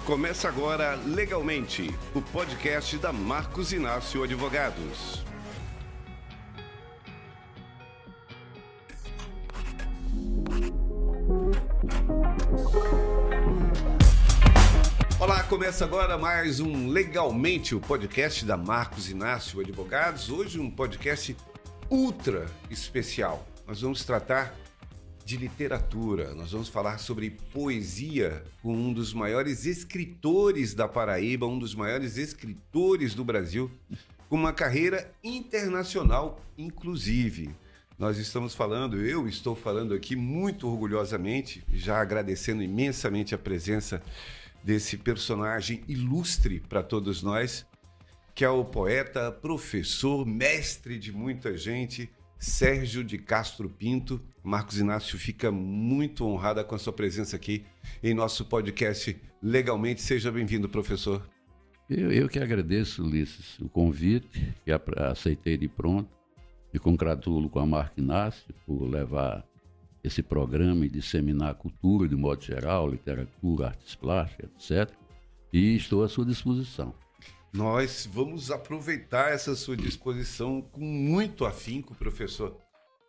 Começa agora Legalmente, o podcast da Marcos Inácio Advogados. Olá, começa agora mais um Legalmente, o podcast da Marcos Inácio Advogados. Hoje um podcast ultra especial. Nós vamos tratar de literatura, nós vamos falar sobre poesia com um dos maiores escritores da Paraíba, um dos maiores escritores do Brasil, com uma carreira internacional, inclusive. Nós estamos falando, eu estou falando aqui muito orgulhosamente, já agradecendo imensamente a presença desse personagem ilustre para todos nós, que é o poeta, professor, mestre de muita gente, Sérgio de Castro Pinto. Marcos Inácio fica muito honrada com a sua presença aqui em nosso podcast Legalmente. Seja bem-vindo, professor. Eu que agradeço, Ulisses, o convite, que aceitei de pronto. Me congratulo com a Marcos Inácio por levar esse programa e disseminar a cultura de modo geral, literatura, artes plásticas, etc. E estou à sua disposição. Nós vamos aproveitar essa sua disposição com muito afinco, professor.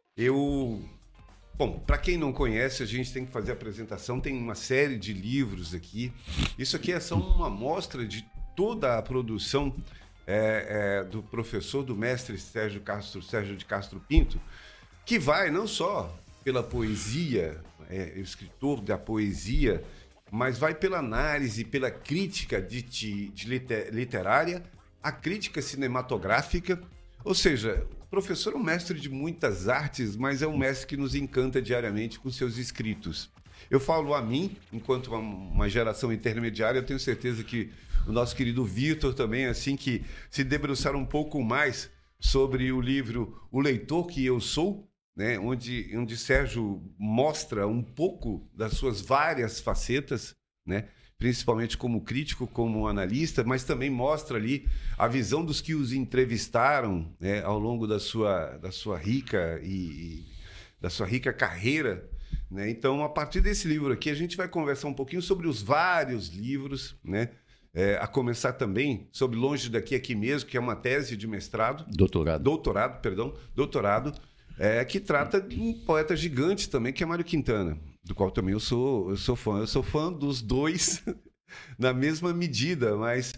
Bom, para quem não conhece, a gente tem que fazer a apresentação, tem uma série de livros aqui. Isso aqui é só uma amostra de toda a produção do professor, do mestre Sérgio de Castro Pinto, que vai não só pela poesia, escritor da poesia, mas vai pela análise, pela crítica literária, a crítica cinematográfica. Ou seja, o professor é um mestre de muitas artes, mas é um mestre que nos encanta diariamente com seus escritos. Eu falo a mim, enquanto uma geração intermediária, eu tenho certeza que o nosso querido Vitor também, assim, que se debruçar um pouco mais sobre o livro O Leitor que Eu Sou, né, onde Sérgio mostra um pouco das suas várias facetas, né, principalmente como crítico, como analista, mas também mostra ali a visão dos que os entrevistaram, né, ao longo da sua rica carreira, né? Então, a partir desse livro aqui, a gente vai conversar um pouquinho sobre os vários livros, né? A começar também sobre Longe Daqui, Aqui Mesmo, que é uma tese de mestrado. Doutorado. Que trata de um poeta gigante também, que é Mário Quintana, do qual também eu sou fã. Eu sou fã dos dois na mesma medida, mas...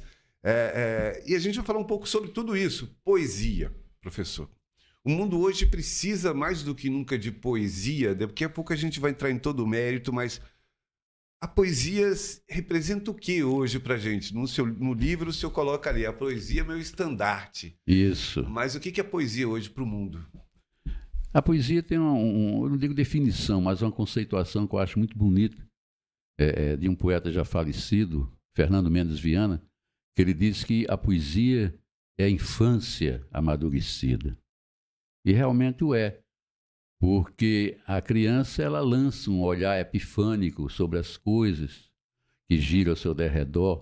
E a gente vai falar um pouco sobre tudo isso. Poesia, professor. O mundo hoje precisa mais do que nunca de poesia, daqui a pouco a gente vai entrar em todo o mérito, mas a poesia representa o que hoje pra gente? No livro o senhor coloca ali, a poesia é meu estandarte. Isso. Mas o que é poesia hoje para o mundo? A poesia tem eu não digo definição, mas uma conceituação que eu acho muito bonita, de um poeta já falecido, Fernando Mendes Viana, que ele diz que a poesia é a infância amadurecida. E realmente o é, porque a criança ela lança um olhar epifânico sobre as coisas que giram ao seu derredor.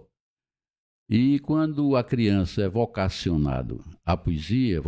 E quando a criança é vocacionada à poesia,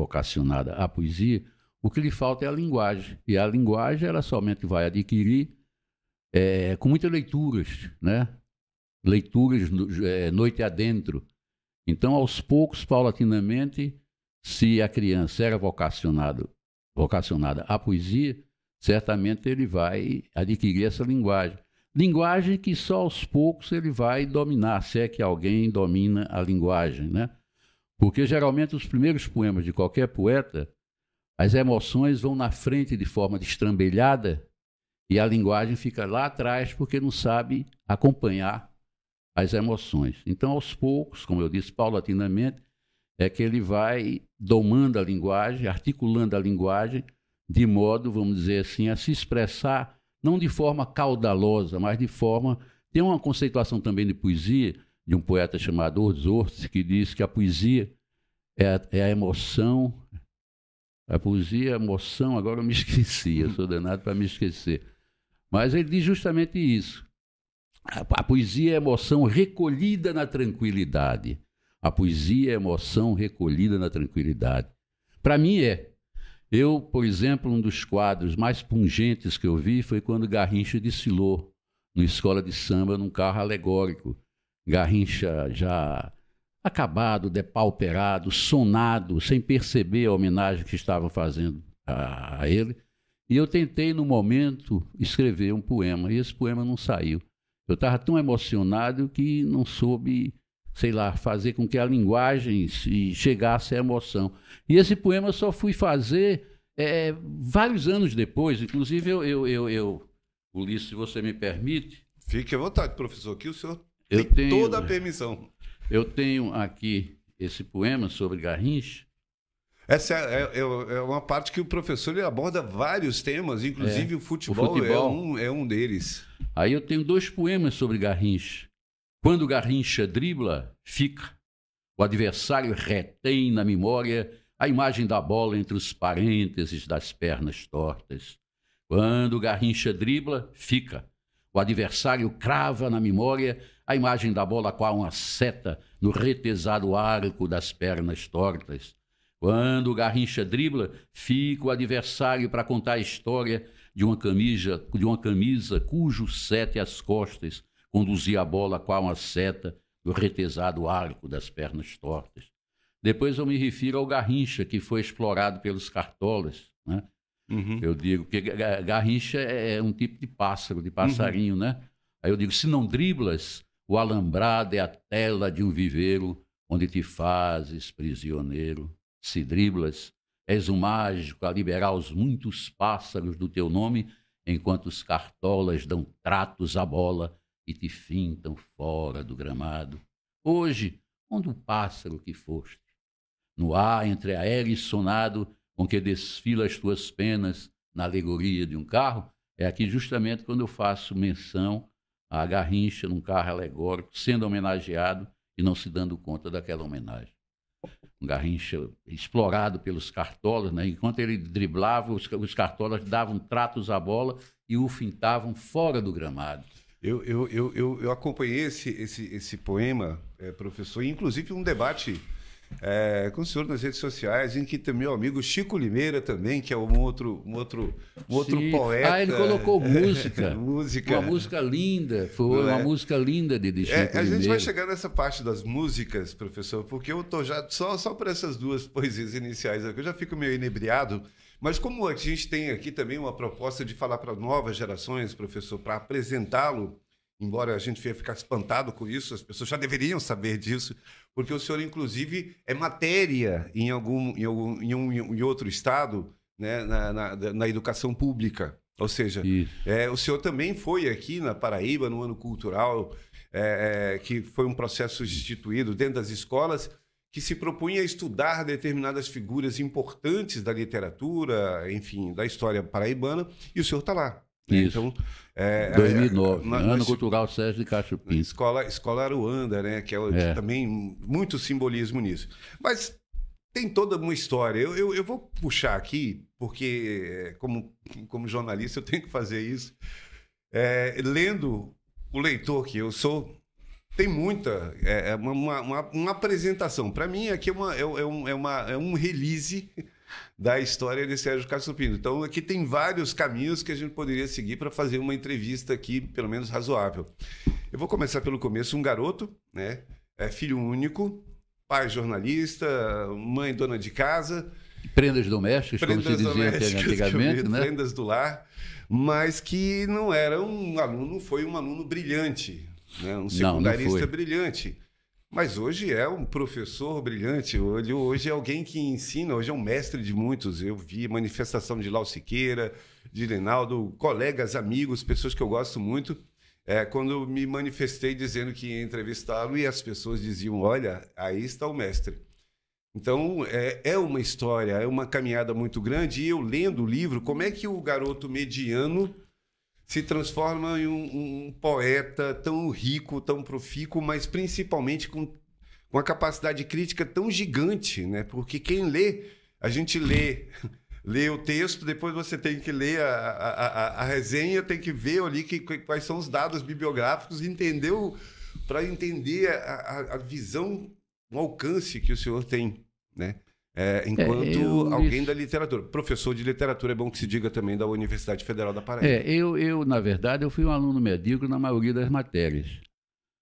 o que lhe falta é a linguagem. E a linguagem ela somente vai adquirir com muitas leituras, né? Leituras noite adentro. Então, aos poucos, paulatinamente, se a criança era vocacionada à poesia, certamente ele vai adquirir essa linguagem. Linguagem que só aos poucos ele vai dominar, se é que alguém domina a linguagem, né? Porque geralmente os primeiros poemas de qualquer poeta, as emoções vão na frente de forma destrambelhada e a linguagem fica lá atrás porque não sabe acompanhar as emoções. Então, aos poucos, como eu disse, paulatinamente, é que ele vai domando a linguagem, articulando a linguagem, de modo, vamos dizer assim, a se expressar, não de forma caudalosa, mas de forma... Tem uma conceituação também de poesia, de um poeta chamado Wordsworth, que diz que a poesia é a emoção... A poesia, a emoção, agora eu me esqueci, eu sou danado para me esquecer. Mas ele diz justamente isso. A poesia é a emoção recolhida na tranquilidade. A poesia é a emoção recolhida na tranquilidade. Para mim é. Eu, por exemplo, um dos quadros mais pungentes que eu vi foi quando Garrincha desfilou numa escola de samba num carro alegórico. Garrincha já acabado, depauperado, sonado, sem perceber a homenagem que estavam fazendo a ele. E eu tentei, no momento, escrever um poema, e esse poema não saiu. Eu estava tão emocionado que não soube, sei lá, fazer com que a linguagem chegasse à emoção. E esse poema eu só fui fazer vários anos depois. Inclusive, Ulisses, se você me permite... Fique à vontade, professor, que o senhor tem toda a permissão. Eu tenho aqui esse poema sobre Garrincha. Essa é uma parte que o professor ele aborda vários temas, inclusive o futebol é um deles. Aí eu tenho 2 poemas sobre Garrincha. Quando Garrincha dribla, fica. O adversário retém na memória a imagem da bola entre os parênteses das pernas tortas. Quando Garrincha dribla, fica. O adversário crava na memória a imagem da bola qual uma seta no retesado arco das pernas tortas. Quando Garrincha dribla, fica o adversário para contar a história de uma camisa cujo sete às costas conduzia a bola qual uma seta no retesado arco das pernas tortas. Depois eu me refiro ao Garrincha, que foi explorado pelos cartolas, né? Uhum. Eu digo que Garrincha é um tipo de pássaro, de passarinho, né? Aí eu digo, se não driblas, o alambrado é a tela de um viveiro onde te fazes prisioneiro. Se driblas, és um mágico a liberar os muitos pássaros do teu nome, enquanto os cartolas dão tratos à bola e te fintam fora do gramado. Hoje, onde o pássaro que foste? No ar entreaéreo e sonado com que desfila as tuas penas na alegoria de um carro, é aqui justamente quando eu faço menção à Garrincha num carro alegórico, sendo homenageado e não se dando conta daquela homenagem. Um Garrincha explorado pelos cartolas, né? Enquanto ele driblava, os cartolas davam tratos à bola e o fintavam fora do gramado. Eu acompanhei esse poema, professor, e inclusive um debate com o senhor nas redes sociais, em que meu amigo Chico Limeira também, que é um outro poeta. Ah, ele colocou música. Música. Uma música linda. Foi uma música linda de Chico Limeira. A gente vai chegar nessa parte das músicas, professor, porque eu tô já só por essas 2 poesias iniciais aqui, eu já fico meio inebriado. Mas como a gente tem aqui também uma proposta de falar para novas gerações, professor, para apresentá-lo, embora a gente ficar espantado com isso, as pessoas já deveriam saber disso, porque o senhor, inclusive, é matéria em outro estado, né, na educação pública. Ou seja, o senhor também foi aqui na Paraíba, no ano cultural, que foi um processo instituído dentro das escolas, que se propunha a estudar determinadas figuras importantes da literatura, enfim, da história paraibana, e o senhor está lá. Isso. Então, 2009, ano cultural Sérgio de Castro Pinto. Escola Aruanda, né? Que também muito simbolismo nisso. Mas tem toda uma história. Eu vou puxar aqui, porque como jornalista eu tenho que fazer isso. Lendo o leitor que eu sou, tem muita... uma apresentação. Para mim, aqui é um release da história de Sérgio Castro Pinto. Então, aqui tem vários caminhos que a gente poderia seguir para fazer uma entrevista aqui, pelo menos razoável. Eu vou começar pelo começo. Um garoto, né? Filho único, pai jornalista, mãe dona de casa. Prendas domésticas, como se dizia antigamente, né? Prendas do lar, mas que não era um aluno, foi um aluno brilhante, né? Um secundarista brilhante. Mas hoje é um professor brilhante, hoje é alguém que ensina, hoje é um mestre de muitos. Eu vi manifestação de Lau Siqueira, de Reinaldo, colegas, amigos, pessoas que eu gosto muito, quando me manifestei dizendo que ia entrevistá-lo e as pessoas diziam, olha, aí está o mestre. Então, é uma história, é uma caminhada muito grande, e eu lendo o livro, como é que o garoto mediano se transforma em um poeta tão rico, tão profícuo, mas principalmente com uma capacidade crítica tão gigante, né? Porque quem lê, a gente lê o texto, depois você tem que ler a resenha, tem que ver ali quais são os dados bibliográficos, para entender a visão, o alcance que o senhor tem, né? Enquanto alguém da literatura. Professor de literatura, é bom que se diga também da Universidade Federal da Paraíba. Na verdade, eu fui um aluno medíocre na maioria das matérias.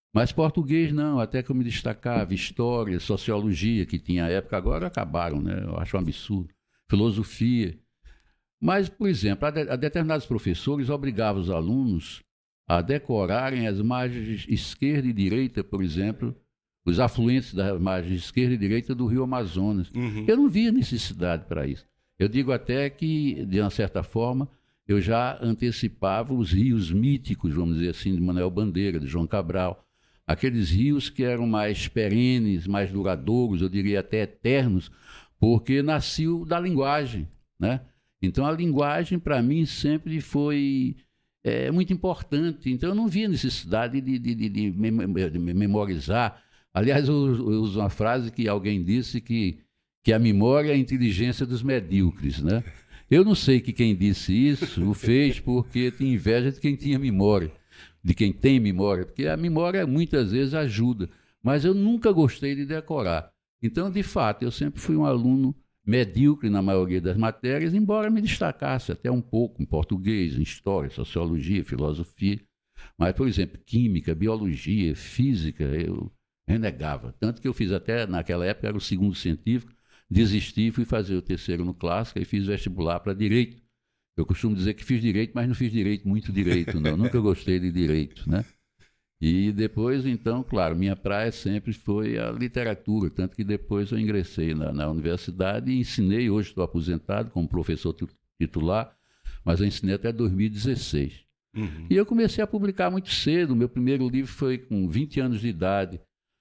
Mas português não, até que eu me destacava, história, sociologia, que tinha à época, agora acabaram, né? Eu acho um absurdo. Filosofia. Mas, por exemplo, a determinados professores obrigavam os alunos a decorarem as margens esquerda e direita, por exemplo, os afluentes das margens esquerda e direita do Rio Amazonas. Uhum. Eu não via necessidade para isso. Eu digo até que, de uma certa forma, eu já antecipava os rios míticos, vamos dizer assim, de Manuel Bandeira, de João Cabral, aqueles rios que eram mais perenes, mais duradouros, eu diria até eternos, porque nasciam da linguagem, né? Então, a linguagem, para mim, sempre foi muito importante. Então, eu não via necessidade de memorizar. Aliás, eu uso uma frase que alguém disse que a memória é a inteligência dos medíocres, né? Eu não sei que quem disse isso o fez porque tinha inveja de quem tinha memória, de quem tem memória, porque a memória muitas vezes ajuda, mas eu nunca gostei de decorar. Então, de fato, eu sempre fui um aluno medíocre na maioria das matérias, embora me destacasse até um pouco em português, em história, sociologia, filosofia. Mas, por exemplo, química, biologia, física, eu renegava. Tanto que eu fiz até, naquela época, era o segundo científico, desisti, fui fazer o terceiro no clássico e fiz vestibular para direito. Eu costumo dizer que fiz direito, mas não fiz muito direito, não. Nunca gostei de direito, né? E depois, então, claro, minha praia sempre foi a literatura, tanto que depois eu ingressei na universidade e ensinei, hoje estou aposentado como professor titular, mas eu ensinei até 2016. Uhum. E eu comecei a publicar muito cedo, meu primeiro livro foi com 20 anos de idade,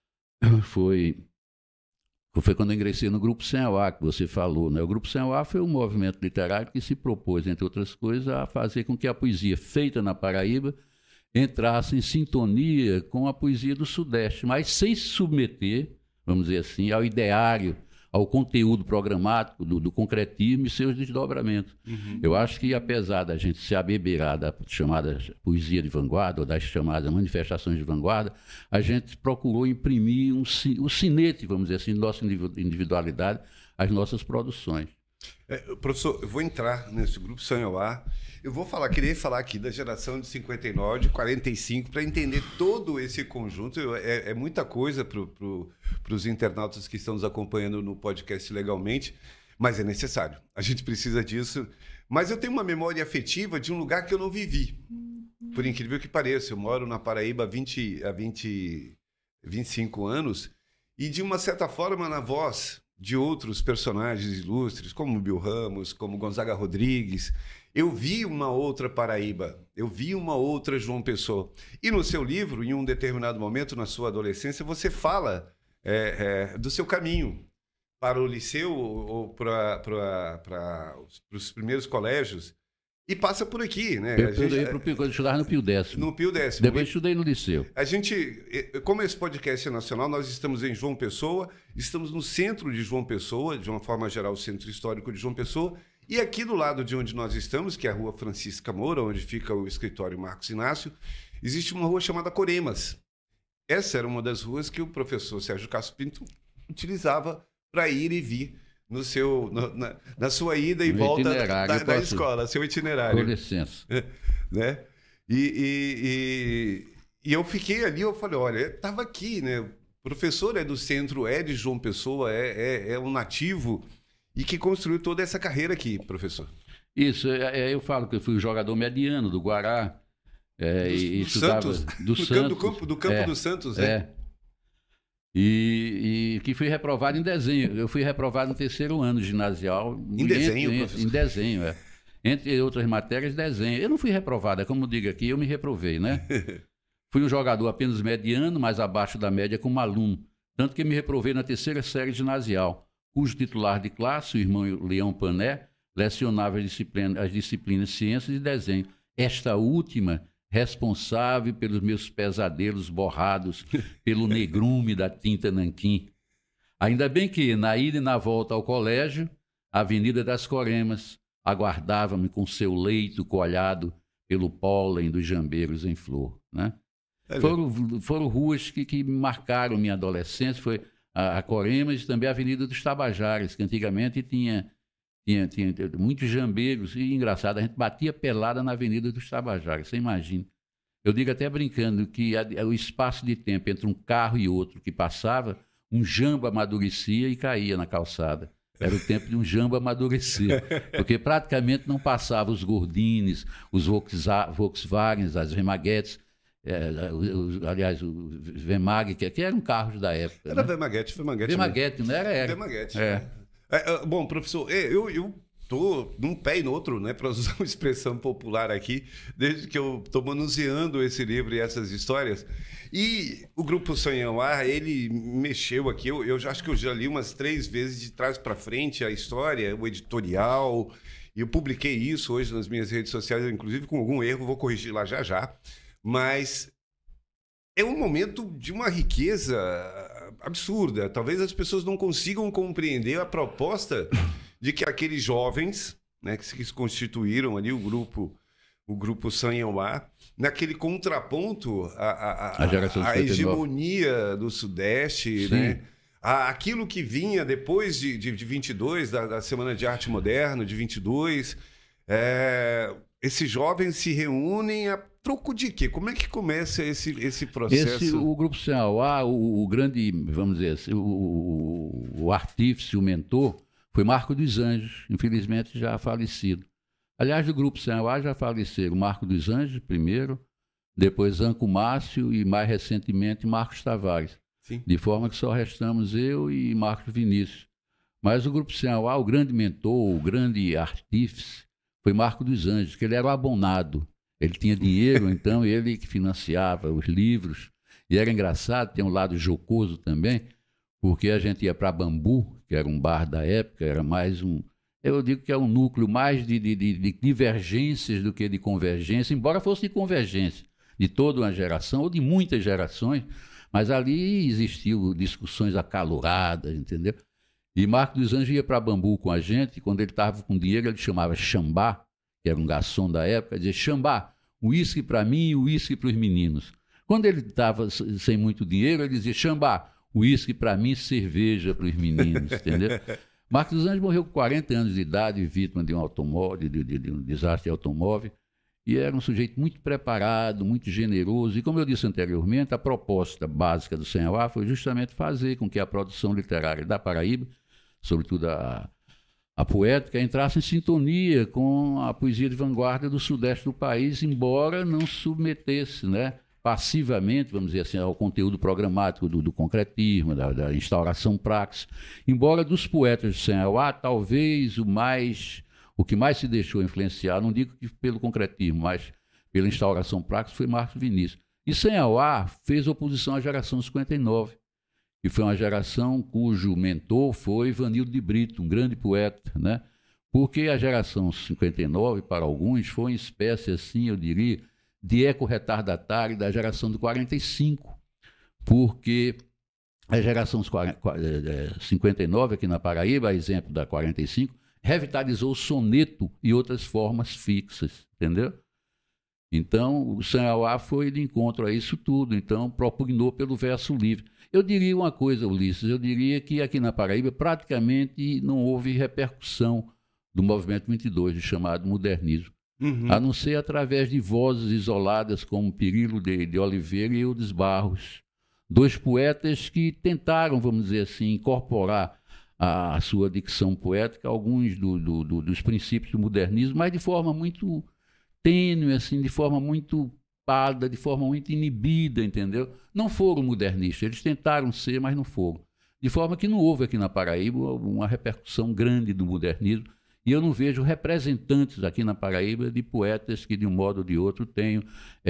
foi quando eu ingressei no Grupo Senhauá, que você falou, né? O Grupo Senhauá foi um movimento literário que se propôs, entre outras coisas, a fazer com que a poesia feita na Paraíba entrasse em sintonia com a poesia do Sudeste, mas sem se submeter, vamos dizer assim, ao ideário, ao conteúdo programático do concretismo e seus desdobramentos. Uhum. Eu acho que, apesar da gente se abeberar da chamada poesia de vanguarda, ou das chamadas manifestações de vanguarda, a gente procurou imprimir o cinete, vamos dizer assim, de nossa individualidade, às nossas produções. Professor, eu vou entrar nesse Grupo Senhauá. Eu vou querer falar aqui da geração de 59, de 45, para entender todo esse conjunto. É muita coisa para os internautas que estão nos acompanhando no podcast legalmente, mas é necessário. A gente precisa disso. Mas eu tenho uma memória afetiva de um lugar que eu não vivi, por incrível que pareça. Eu moro na Paraíba há 25 anos e, de uma certa forma, na voz de outros personagens ilustres, como Bill Ramos, como Gonzaga Rodrigues, eu vi uma outra Paraíba, eu vi uma outra João Pessoa. E no seu livro, em um determinado momento, na sua adolescência, você fala do seu caminho para o liceu ou para os primeiros colégios e passa por aqui, né? Eu estudava no Pio X. No Pio X. Depois estudei no liceu. A gente, como esse podcast é nacional, nós estamos em João Pessoa, estamos no centro de João Pessoa, de uma forma geral, o centro histórico de João Pessoa, e aqui do lado de onde nós estamos, que é a Rua Francisca Moura, onde fica o escritório Marcos Inácio, existe uma rua chamada Coremas. Essa era uma das ruas que o professor Sérgio Castro Pinto utilizava para ir e vir na sua ida e volta da escola, seu itinerário. Com licença. Né? E eu fiquei ali, eu falei, olha, estava aqui, né? O professor é do centro, é de João Pessoa, é um nativo e que construiu toda essa carreira aqui, professor. Isso, eu falo que eu fui jogador mediano do Guará. Do campo do Santos, né? E que fui reprovado em desenho. Eu fui reprovado no terceiro ano ginasial. Em desenho, professor? Em desenho, Entre outras matérias, desenho. Eu não fui reprovado, é como digo aqui, eu me reprovei, né? Fui um jogador apenas mediano, mas abaixo da média como aluno. Tanto que me reprovei na terceira série ginasial, cujo titular de classe, o irmão Leão Pané, lecionava as disciplinas Ciências e Desenho. Esta última responsável pelos meus pesadelos borrados pelo negrume da tinta nanquim. Ainda bem que, na ida e na volta ao colégio, a Avenida das Coremas aguardava-me com seu leito coalhado pelo pólen dos jambeiros em flor, né? Foram ruas que marcaram minha adolescência, foi a Coremas e também a Avenida dos Tabajaras, que antigamente tinha muitos jambeiros, e engraçado, a gente batia pelada na Avenida dos Tabajaras, você imagina. Eu digo até brincando que o espaço de tempo entre um carro e outro que passava, um jambo amadurecia e caía na calçada. Era o tempo de um jambo amadurecer, porque praticamente não passava os Gordines, os Volkswagens, as Remaguettes, aliás, o Vemag, que eram carros da época. Era né? Vemaguette, Não era? Vemaguette. É. Bom, professor, eu tô num pé e no outro, né, para usar uma expressão popular aqui, desde que eu estou manuseando esse livro e essas histórias. E o Grupo Sonhauá, ele mexeu aqui, eu já acho que eu já li umas 3 vezes de trás para frente a história, o editorial, e eu publiquei isso hoje nas minhas redes sociais, inclusive com algum erro, vou corrigir lá já já, mas é um momento de uma riqueza absurda. Talvez as pessoas não consigam compreender a proposta de que aqueles jovens, né, que se constituíram ali, o grupo Sonhauá, naquele contraponto à hegemonia do Sudeste, né? Aquilo que vinha depois de 22, da Semana de Arte Moderna, de 22, esses jovens se reúnem a troco de quê? Como é que começa esse processo? O Grupo Sonhauá, o grande, vamos dizer assim, o artífice, o mentor, foi Marco dos Anjos, infelizmente já falecido. Aliás, do Grupo Sonhauá já faleceram Marco dos Anjos primeiro, depois Anco Márcio e, mais recentemente, Marcos Tavares. Sim. De forma que só restamos eu e Marcos Vinícius. Mas o Grupo Sonhauá, o grande mentor, o grande artífice, foi Marco dos Anjos, que ele era o abonado. Ele tinha dinheiro, então ele que financiava os livros. E era engraçado, tem um lado jocoso também, porque a gente ia para Bambu, que era um bar da época, era mais um... Eu digo que é um núcleo mais de divergências do que de convergência, embora fosse de convergência de toda uma geração, ou de muitas gerações, mas ali existiam discussões acaloradas, entendeu? E Marco dos Anjos ia para Bambu com a gente, e quando ele estava com dinheiro, ele chamava Xambá, que era um garçom da época, dizia: Xambá, uísque para mim e uísque para os meninos. Quando ele estava sem muito dinheiro, ele dizia: Xambá, uísque para mim, cerveja para os meninos, entendeu? Marcos dos Anjos morreu com 40 anos de idade, vítima de um automóvel, de um desastre de automóvel, e era um sujeito muito preparado, muito generoso. E como eu disse anteriormente, a proposta básica do Sonhauá foi justamente fazer com que a produção literária da Paraíba, sobretudo a poética, entrasse em sintonia com a poesia de vanguarda do sudeste do país, embora não se submetesse, né, passivamente, vamos dizer assim, ao conteúdo programático do concretismo, da instauração praxis. Embora dos poetas de Sonhauá, talvez o que mais se deixou influenciar, não digo que pelo concretismo, mas pela instauração praxis, foi Marcos Vinícius. E Sonhauá fez oposição à geração 59, que foi uma geração cujo mentor foi Vanildo de Brito, um grande poeta, né? Porque a geração 59, para alguns, foi uma espécie, assim, eu diria, de eco retardatário da geração do 45, porque a geração 59 aqui na Paraíba, a exemplo da 45, revitalizou o soneto e outras formas fixas, entendeu? Então, o Sonhauá foi de encontro a isso tudo, então propugnou pelo verso livre. Eu diria uma coisa, Ulisses, eu diria que aqui na Paraíba praticamente não houve repercussão do movimento 22, do chamado modernismo. Uhum. A não ser através de vozes isoladas como Pirilo de Oliveira e Eudes Barros, 2 poetas que tentaram, vamos dizer assim, incorporar a sua dicção poética alguns dos princípios do modernismo, mas de forma muito tênue, assim, de forma muito pálida, de forma muito inibida, entendeu? Não foram modernistas, eles tentaram ser, mas não foram. De forma que não houve aqui na Paraíba uma repercussão grande do modernismo, e eu não vejo representantes aqui na Paraíba de poetas que, de um modo ou de outro, tenham,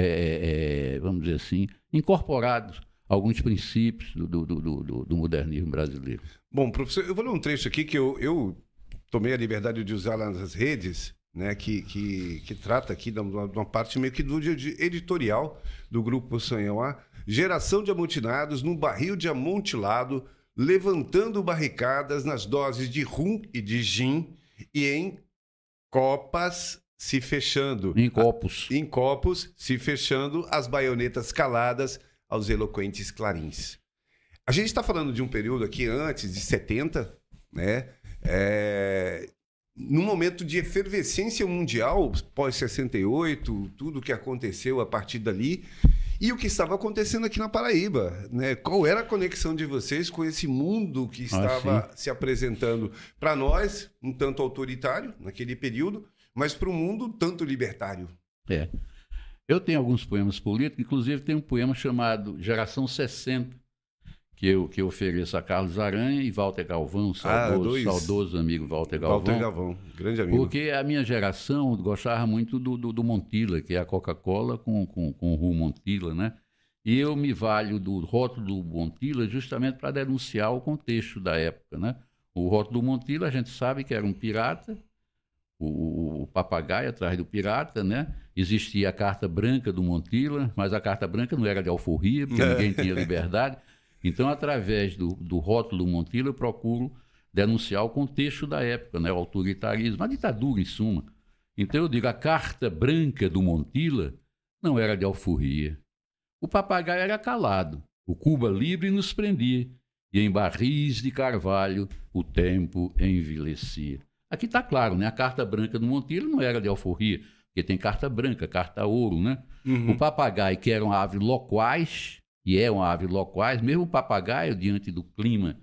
vamos dizer assim, incorporados alguns princípios do modernismo brasileiro. Bom, professor, eu vou ler um trecho aqui que eu tomei a liberdade de usar lá nas redes, né, que trata aqui de uma parte meio que do editorial do Grupo Sonhauá. Geração de amotinados num barril de amontilado, levantando barricadas nas doses de rum e de gin, e em copas se fechando. Em copos. Em copos se fechando, as baionetas caladas aos eloquentes clarins. A gente está falando de um período aqui antes de 70, né? num momento de efervescência mundial, pós-68, tudo que aconteceu a partir dali, e o que estava acontecendo aqui na Paraíba, né? Qual era a conexão de vocês com esse mundo que estava se apresentando para nós, um tanto autoritário naquele período, mas para o mundo um tanto libertário? Eu tenho alguns poemas políticos, inclusive tem um poema chamado Geração 60, que eu ofereço a Carlos Aranha e Walter Galvão, saudoso amigo Walter Galvão. Walter Galvão, grande amigo. Porque a minha geração gostava muito do Montilla, que é a Coca-Cola com o Rum Montilla, né? E eu me valho do rótulo do Montilla justamente para denunciar o contexto da época, né? O rótulo do Montilla, a gente sabe que era um pirata, o papagaio atrás do pirata, né? Existia a carta branca do Montilla, mas a carta branca não era de alforria, porque ninguém tinha liberdade. Então, através do rótulo do Montilla, eu procuro denunciar o contexto da época, né? O autoritarismo, a ditadura, em suma. Então, eu digo, a carta branca do Montilla não era de alforria. O papagaio era calado, o Cuba livre nos prendia, e em barris de carvalho o tempo envelhecia. Aqui está claro, né? A carta branca do Montilla não era de alforria, porque tem carta branca, carta ouro, né? Uhum. O papagaio, que era uma ave loquaz, e é uma ave loquaz, mesmo o papagaio, diante do clima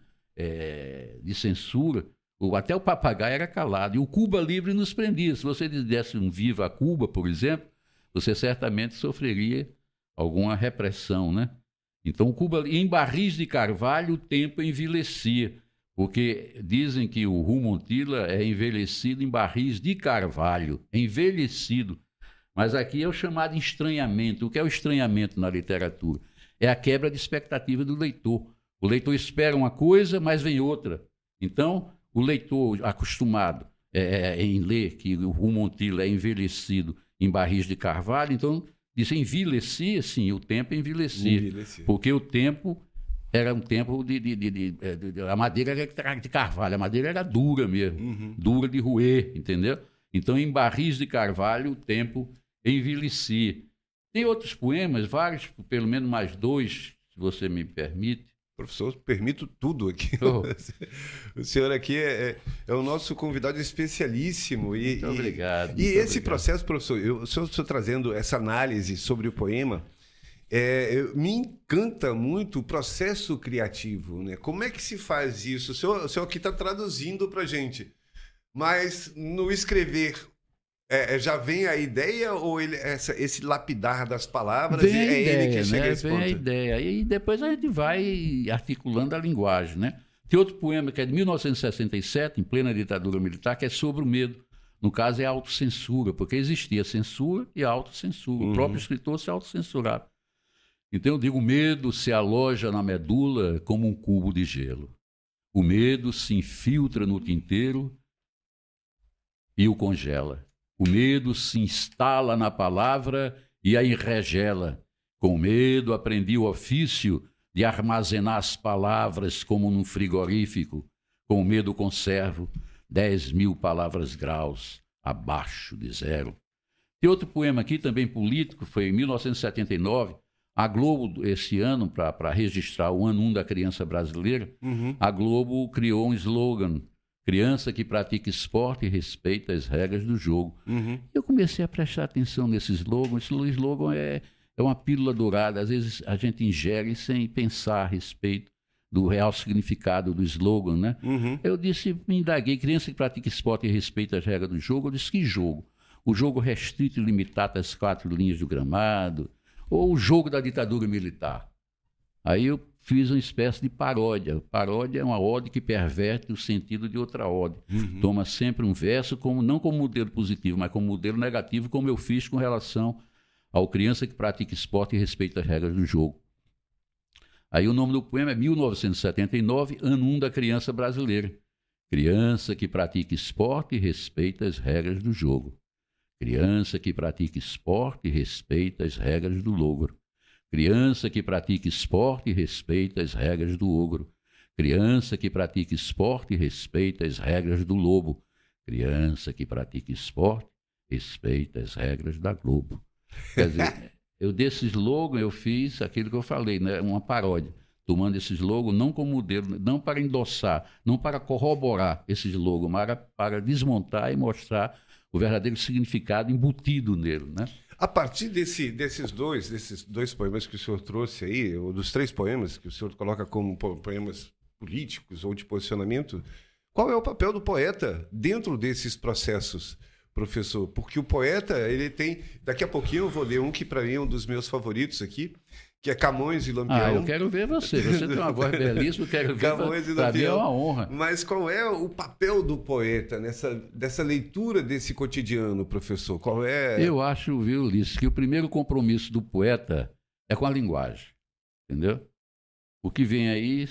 de censura, até o papagaio era calado. E o Cuba livre nos prendia. Se você desse um viva a Cuba, por exemplo, você certamente sofreria alguma repressão, né? Então, em barris de carvalho, o tempo envelhecia, porque dizem que o Rum Montilla é envelhecido em barris de carvalho, envelhecido. Mas aqui é o chamado estranhamento. O que é o estranhamento na literatura? É a quebra de expectativa do leitor. O leitor espera uma coisa, mas vem outra. Então, o leitor acostumado em ler que o Rum Montilla é envelhecido em barris de carvalho, então diz envelhecia, sim, o tempo envelhecia. Porque o tempo era um tempo a madeira era de carvalho, a madeira era dura mesmo, dura de roer, entendeu? Então, em barris de carvalho, o tempo envelhecia. Tem outros poemas, vários, pelo menos mais 2, se você me permite. Professor, permito tudo aqui. O senhor aqui é o nosso convidado especialíssimo. Muito obrigado. E esse processo, professor, o senhor trazendo essa análise sobre o poema, me encanta muito o processo criativo, né? Como é que se faz isso? O senhor aqui está traduzindo para a gente, mas no escrever... já vem a ideia ou esse lapidar das palavras vem a ideia, ele que chega a esse ponto? Vem a ideia. E depois a gente vai articulando a linguagem, né? Tem outro poema que é de 1967, em plena ditadura militar, que é sobre o medo. No caso, é a autocensura, porque existia censura e autocensura. O próprio escritor se autocensurava. Então eu digo, o medo se aloja na medula como um cubo de gelo. O medo se infiltra no tinteiro e o congela. O medo se instala na palavra e a enregela. Com medo aprendi o ofício de armazenar as palavras como num frigorífico. Com medo conservo 10.000 palavras graus abaixo de zero. Tem outro poema aqui, também político, foi em 1979. A Globo, esse ano, para registrar o Ano 1 da Criança Brasileira, a Globo criou um slogan: criança que pratica esporte e respeita as regras do jogo. Eu comecei a prestar atenção nesse slogan. Esse slogan é uma pílula dourada. Às vezes a gente ingere sem pensar a respeito do real significado do slogan, né? Eu disse, me indaguei, criança que pratica esporte e respeita as regras do jogo. Eu disse, que jogo? O jogo restrito e limitado às 4 linhas do gramado? Ou o jogo da ditadura militar? Aí eu fiz uma espécie de paródia. Paródia é uma ode que perverte o sentido de outra ode. Toma sempre um verso, não como modelo positivo, mas como modelo negativo, como eu fiz com relação ao criança que pratica esporte e respeita as regras do jogo. Aí o nome do poema é 1979, Ano 1 da Criança Brasileira. Criança que pratica esporte e respeita as regras do jogo. Criança que pratica esporte e respeita as regras do logro. Criança que pratica esporte e respeita as regras do ogro. Criança que pratica esporte e respeita as regras do lobo. Criança que pratica esporte, respeita as regras da Globo. Quer dizer, desse slogan eu fiz aquilo que eu falei, né? Uma paródia. tomando esse slogan não como modelo, não para endossar, não para corroborar esse slogan, mas para desmontar e mostrar o verdadeiro significado embutido nele, né? A partir desses dois poemas que o senhor trouxe aí, ou dos 3 poemas que o senhor coloca como poemas políticos ou de posicionamento, qual é o papel do poeta dentro desses processos, professor? Porque o poeta, ele tem... Daqui a pouquinho eu vou ler um que para mim é um dos meus favoritos aqui, que é Camões e Lampião. Ah, eu quero ver você. Você tem uma voz belíssima, eu quero ver. Camões e Lampião. Para mim é uma honra. Mas qual é o papel do poeta dessa leitura desse cotidiano, professor? Qual é... Eu acho, viu, Ulisses, que o primeiro compromisso do poeta é com a linguagem, entendeu? O que vem aí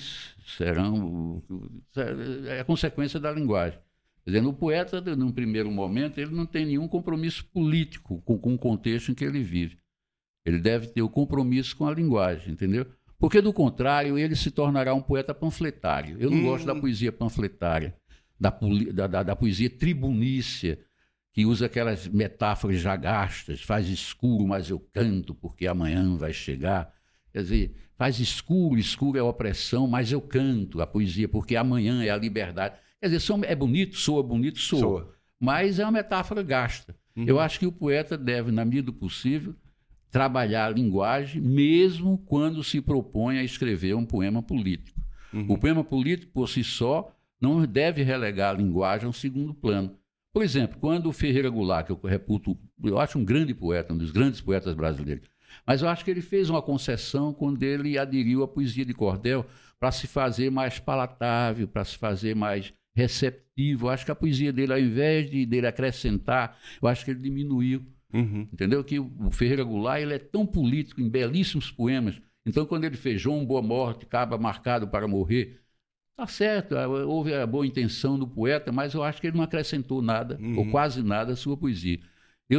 é a consequência da linguagem. Quer dizer, o poeta, num primeiro momento, ele não tem nenhum compromisso político com o contexto em que ele vive. Ele deve ter o compromisso com a linguagem, entendeu? Porque, do contrário, ele se tornará um poeta panfletário. Eu não gosto da poesia panfletária, da poesia tribunícia, que usa aquelas metáforas já gastas, faz escuro, mas eu canto, porque amanhã vai chegar. Quer dizer, faz escuro, escuro é a opressão, mas eu canto a poesia, porque amanhã é a liberdade. Quer dizer, é bonito, soa. Mas é uma metáfora gasta. Eu acho que o poeta deve, na medida do possível, trabalhar a linguagem, mesmo quando se propõe a escrever um poema político. O poema político, por si só, não deve relegar a linguagem ao segundo plano. Por exemplo, quando o Ferreira Goulart, que eu reputo, eu acho um grande poeta, um dos grandes poetas brasileiros, mas eu acho que ele fez uma concessão quando ele aderiu à poesia de cordel para se fazer mais palatável, para se fazer mais receptivo. Eu acho que a poesia dele, ao invés dele acrescentar, eu acho que ele diminuiu. Entendeu? Que o Ferreira Goulart, ele é tão político em belíssimos poemas. Então, quando ele fez João Boa Morte, Cabra Marcado para Morrer, tá certo, houve a boa intenção do poeta, mas eu acho que ele não acrescentou nada, ou quase nada, à sua poesia. Eu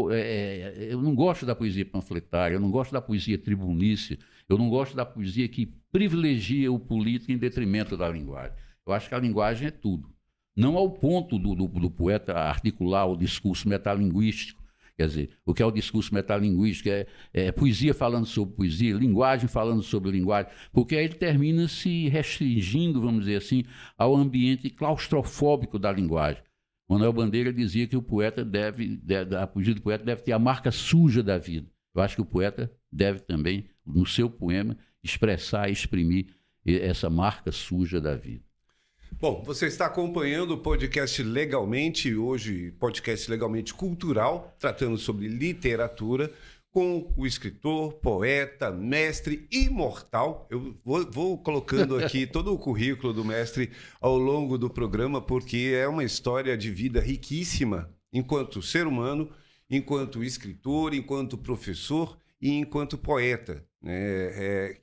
não gosto da poesia panfletária, eu não gosto da poesia tribunícia, eu não gosto da poesia que privilegia o político em detrimento da linguagem. Eu acho que a linguagem é tudo. Não ao ponto do poeta articular o discurso metalinguístico. Quer dizer, o que é o discurso metalinguístico é poesia falando sobre poesia, linguagem falando sobre linguagem, porque aí ele termina se restringindo, vamos dizer assim, ao ambiente claustrofóbico da linguagem. Manuel Bandeira dizia que a poesia do poeta deve ter a marca suja da vida. Eu acho que o poeta deve também, no seu poema, expressar e exprimir essa marca suja da vida. Bom, você está acompanhando o podcast Legalmente, hoje podcast Legalmente Cultural, tratando sobre literatura, com o escritor, poeta, mestre imortal. Eu vou colocando aqui todo o currículo do mestre ao longo do programa, porque é uma história de vida riquíssima, enquanto ser humano, enquanto escritor, enquanto professor e enquanto poeta, né?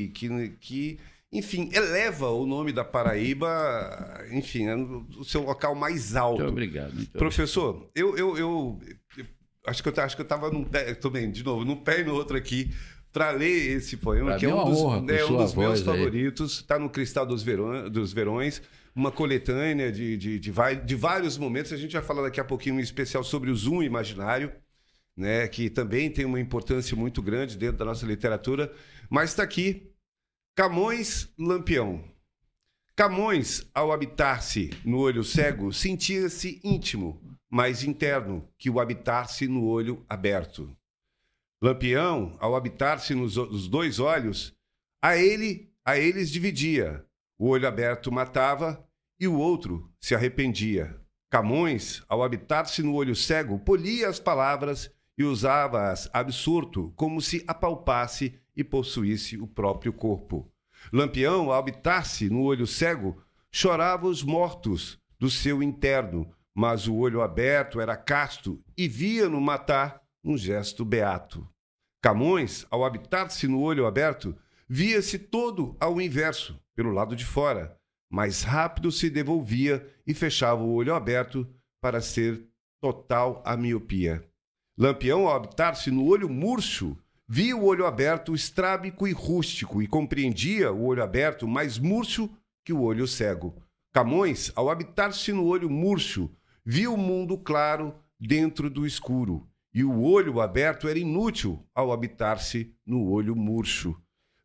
Enfim, eleva o nome da Paraíba, enfim, o seu local mais alto. Muito obrigado. Professor, eu acho que eu estava num pé, também, de novo, num pé e no outro aqui, para ler esse poema, pra que é um dos meus favoritos. Está no Cristal dos Verões, uma coletânea de vários momentos. A gente vai falar daqui a pouquinho um especial sobre o Zoom imaginário, né, que também tem uma importância muito grande dentro da nossa literatura, mas está aqui. Camões, Lampião. Camões, ao habitar-se no olho cego, sentia-se íntimo, mais interno que o habitar-se no olho aberto. Lampião, ao habitar-se nos 2 olhos, a eles dividia. O olho aberto matava e o outro se arrependia. Camões, ao habitar-se no olho cego, polia as palavras e usava-as absorto, como se apalpasse e possuísse o próprio corpo. Lampião, ao habitar-se no olho cego, chorava os mortos do seu interno, mas o olho aberto era casto e via no matar um gesto beato. Camões, ao habitar-se no olho aberto, via-se todo ao inverso, pelo lado de fora, mas rápido se devolvia e fechava o olho aberto para ser total a miopia. Lampião, ao habitar-se no olho murcho, via o olho aberto estrábico e rústico e compreendia o olho aberto mais murcho que o olho cego. Camões, ao habitar-se no olho murcho, via o mundo claro dentro do escuro, e o olho aberto era inútil ao habitar-se no olho murcho.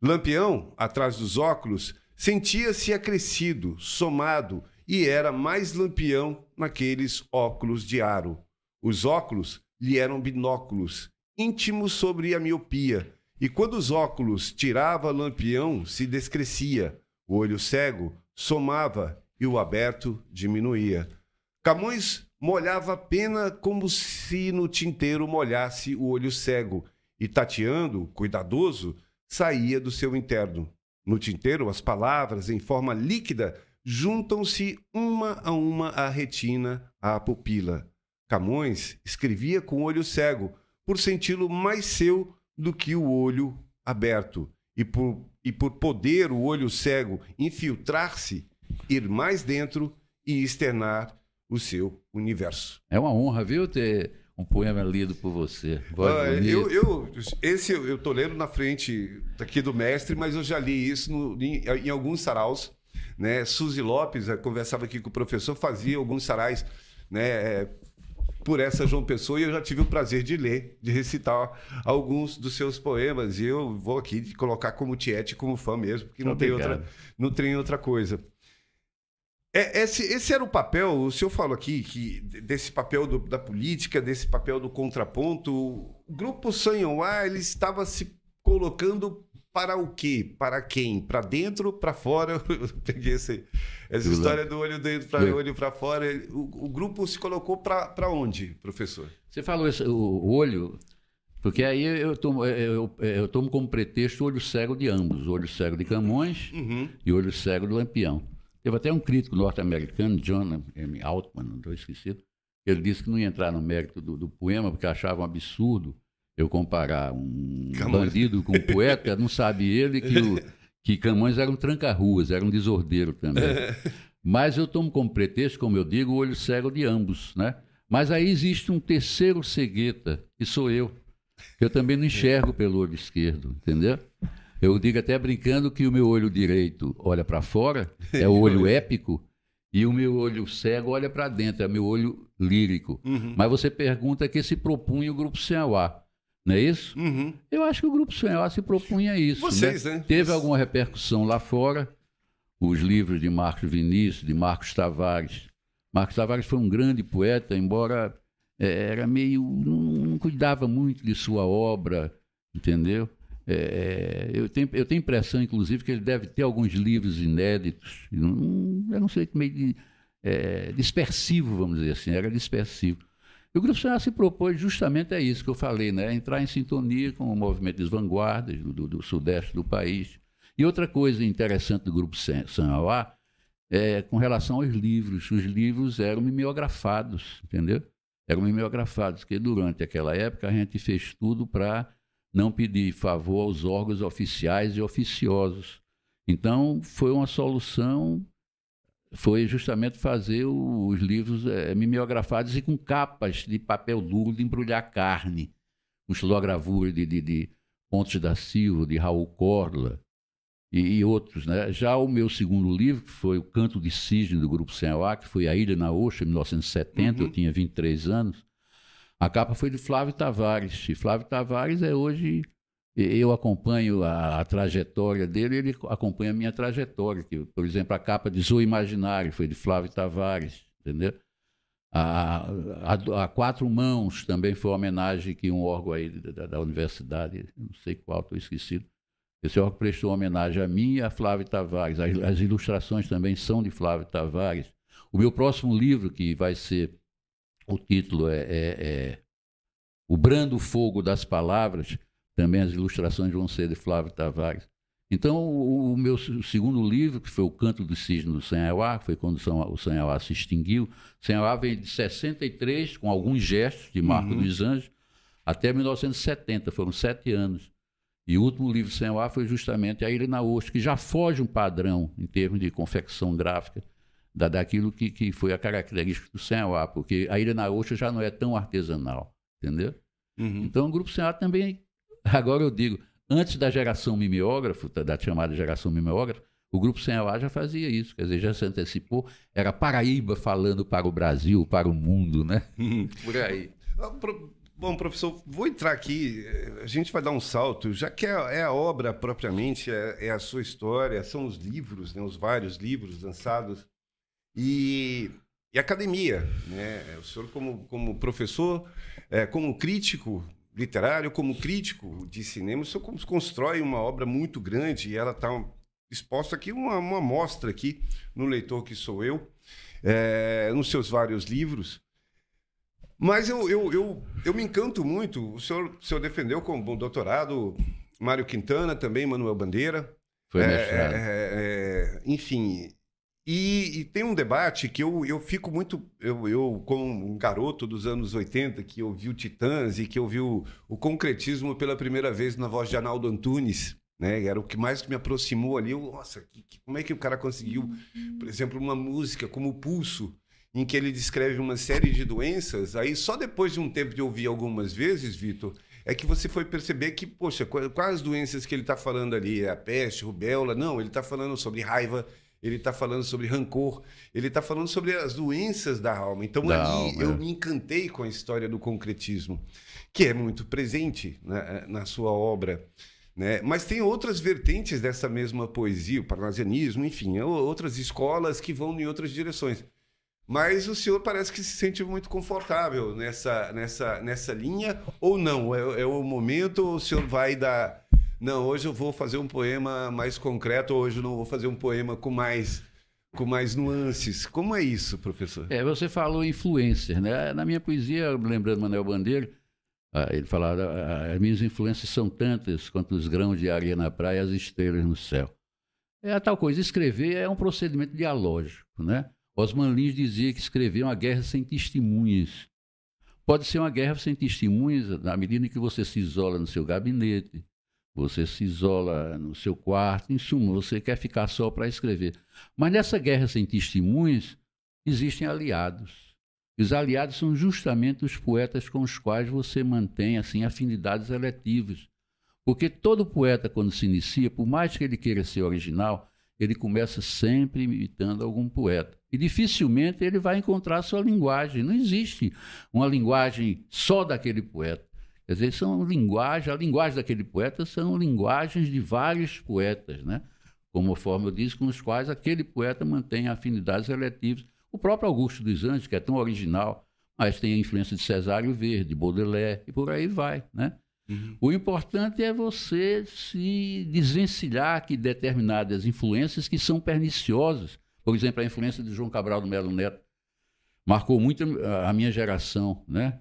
Lampião, atrás dos óculos, sentia-se acrescido, somado, e era mais Lampião naqueles óculos de aro. Os óculos lhe eram binóculos, íntimos sobre a miopia, e quando os óculos tirava Lampião, se descrescia. O olho cego somava e o aberto diminuía. Camões molhava a pena como se no tinteiro molhasse o olho cego, e tateando, cuidadoso, saía do seu interno. No tinteiro, as palavras, em forma líquida, juntam-se uma à retina, à pupila. Camões escrevia com o olho cego, por senti-lo mais seu do que o olho aberto, e por poder o olho cego infiltrar-se, ir mais dentro e externar o seu universo. É uma honra, viu, ter um poema lido por você. Eu estou lendo na frente aqui do mestre, mas eu já li isso em alguns saraus, né? Suzy Lopes conversava aqui com o professor, fazia alguns sarais, né, por essa João Pessoa, e eu já tive o prazer de ler, de recitar alguns dos seus poemas, e eu vou aqui colocar como tiete, como fã mesmo, porque não tem outra coisa. Esse era o papel, o senhor falou aqui desse papel da política, desse papel do contraponto. O Grupo Sanhaoá, ele estava se colocando para o quê? Para quem? Para dentro, para fora? Eu peguei essa história do olho dentro para o olho para fora. O grupo se colocou para onde, professor? Você falou isso, o olho, porque aí eu tomo como pretexto o olho cego de ambos, o olho cego de Camões e o olho cego do Lampião. Teve até um crítico norte-americano, John M. Altman, não estou esquecido, ele disse que não ia entrar no mérito do poema porque achava um absurdo eu comparar um bandido com um poeta. Não sabe ele que Camões era um tranca-ruas, era um desordeiro também. Mas eu tomo como pretexto, como eu digo, o olho cego de ambos, né? Mas aí existe um terceiro cegueta, que sou eu, que eu também não enxergo pelo olho esquerdo, entendeu? Eu digo até brincando que o meu olho direito olha para fora, é o olho épico, e o meu olho cego olha para dentro, é o meu olho lírico. Mas você pergunta que se propunha o Grupo Sanhaoá, não é isso? Eu acho que o Grupo Sanhaoá se propunha a isso. Vocês, né? Teve alguma repercussão lá fora, os livros de Marcos Vinícius, de Marcos Tavares. Marcos Tavares foi um grande poeta, embora era meio... não cuidava muito de sua obra, entendeu? Eu tenho impressão, inclusive, que ele deve ter alguns livros inéditos. Eu não sei, meio dispersivo, vamos dizer assim, era dispersivo. E o Grupo Sanhaoá se propôs justamente a isso que eu falei, né? Entrar em sintonia com o movimento das vanguardas do sudeste do país. E outra coisa interessante do Grupo Sanhaoá com relação aos livros. Os livros eram mimeografados, entendeu? Eram mimeografados, porque durante aquela época a gente fez tudo para não pedir favor aos órgãos oficiais e oficiosos. Então, foi uma solução, foi justamente fazer os livros mimeografados e com capas de papel duro de embrulhar carne, com xilogravura de Pontes da Silva, de Raul Corla e outros, né? Já o meu segundo livro, que foi O Canto de Cisne, do Grupo Sanhaoá, que foi A Ilha na Ostra, em 1970, eu tinha 23 anos, a capa foi de Flávio Tavares, e Flávio Tavares hoje, eu acompanho a trajetória dele, ele acompanha a minha trajetória, que, por exemplo, a capa de Zoe Imaginário foi de Flávio Tavares, entendeu? A Quatro Mãos também foi uma homenagem que um órgão aí da universidade, não sei qual, estou esquecido, esse órgão prestou homenagem a mim e a Flávio Tavares, as ilustrações também são de Flávio Tavares. O meu próximo livro, que vai ser... O título O Brando Fogo das Palavras, também as ilustrações vão ser de Flávio Tavares. Então, o meu segundo livro, que foi O Canto do Cisne do Sanhaoá, foi quando o Sanhaoá se extinguiu. O Sanhaoá veio de 63, com alguns gestos de Marco dos Anjos, até 1970, foram 7 anos. E o último livro do Sanhaoá foi justamente A Ilha na Ostra, que já foge um padrão em termos de confecção gráfica, daquilo que foi a característica do Sanhaoá, porque a Ilha na Ostra já não é tão artesanal, entendeu? Então o Grupo Sanhaoá também, agora eu digo, antes da geração mimeógrafo, da chamada geração mimeógrafo, o Grupo Sanhaoá já fazia isso, quer dizer, já se antecipou, era Paraíba falando para o Brasil, para o mundo, né? Por aí. Bom, professor, vou entrar aqui, a gente vai dar um salto, já que é a obra propriamente, é a sua história, são os livros, né, os vários livros lançados, e academia, né? O senhor como professor, como crítico literário, como crítico de cinema, o senhor constrói uma obra muito grande e ela está exposta aqui, uma amostra aqui no Leitor que Sou Eu, nos seus vários livros. Mas eu me encanto muito. O senhor defendeu com bom doutorado Mário Quintana, também Manuel Bandeira. Foi mestrado. Enfim, e tem um debate que eu fico muito... Eu, como um garoto dos anos 80, que ouviu Titãs e que ouviu o concretismo pela primeira vez na voz de Arnaldo Antunes, né? Era o que mais me aproximou ali. Nossa, como é que o cara conseguiu, por exemplo, uma música como o Pulso, em que ele descreve uma série de doenças, aí só depois de um tempo de ouvir algumas vezes, Vitor, é que você foi perceber que, poxa, quais as doenças que ele está falando ali? É a peste, rubéola? Não, ele está falando sobre raiva, ele está falando sobre rancor, ele está falando sobre as doenças da alma. Então, eu me encantei com a história do concretismo, que é muito presente na sua obra, né? Mas tem outras vertentes dessa mesma poesia, o parnasianismo, enfim, outras escolas que vão em outras direções. Mas o senhor parece que se sente muito confortável nessa linha, ou não? É o momento, ou o senhor vai dar... Não, hoje eu vou fazer um poema mais concreto, hoje eu não vou fazer um poema com mais nuances. Como é isso, professor? Você falou influencer, né? Na minha poesia, lembrando Manuel Bandeira, ele falava, as minhas influências são tantas quanto os grãos de areia na praia e as estrelas no céu. É a tal coisa, escrever é um procedimento dialógico, né? Osman Lins dizia que escrever é uma guerra sem testemunhas. Pode ser uma guerra sem testemunhas na medida em que você se isola no seu gabinete, você se isola no seu quarto, em suma, você quer ficar só para escrever. Mas nessa guerra sem testemunhas, existem aliados. E os aliados são justamente os poetas com os quais você mantém assim, afinidades eletivas. Porque todo poeta, quando se inicia, por mais que ele queira ser original, ele começa sempre imitando algum poeta. E dificilmente ele vai encontrar a sua linguagem. Não existe uma linguagem só daquele poeta. Quer dizer, a linguagem daquele poeta são linguagens de vários poetas, né? Conforme eu disse, com os quais aquele poeta mantém afinidades eletivas. O próprio Augusto dos Anjos, que é tão original, mas tem a influência de Cesário Verde, Baudelaire, e por aí vai, né? Uhum. O importante é você se desvencilhar de determinadas influências que são perniciosas. Por exemplo, a influência de João Cabral do Melo Neto marcou muito a minha geração, né?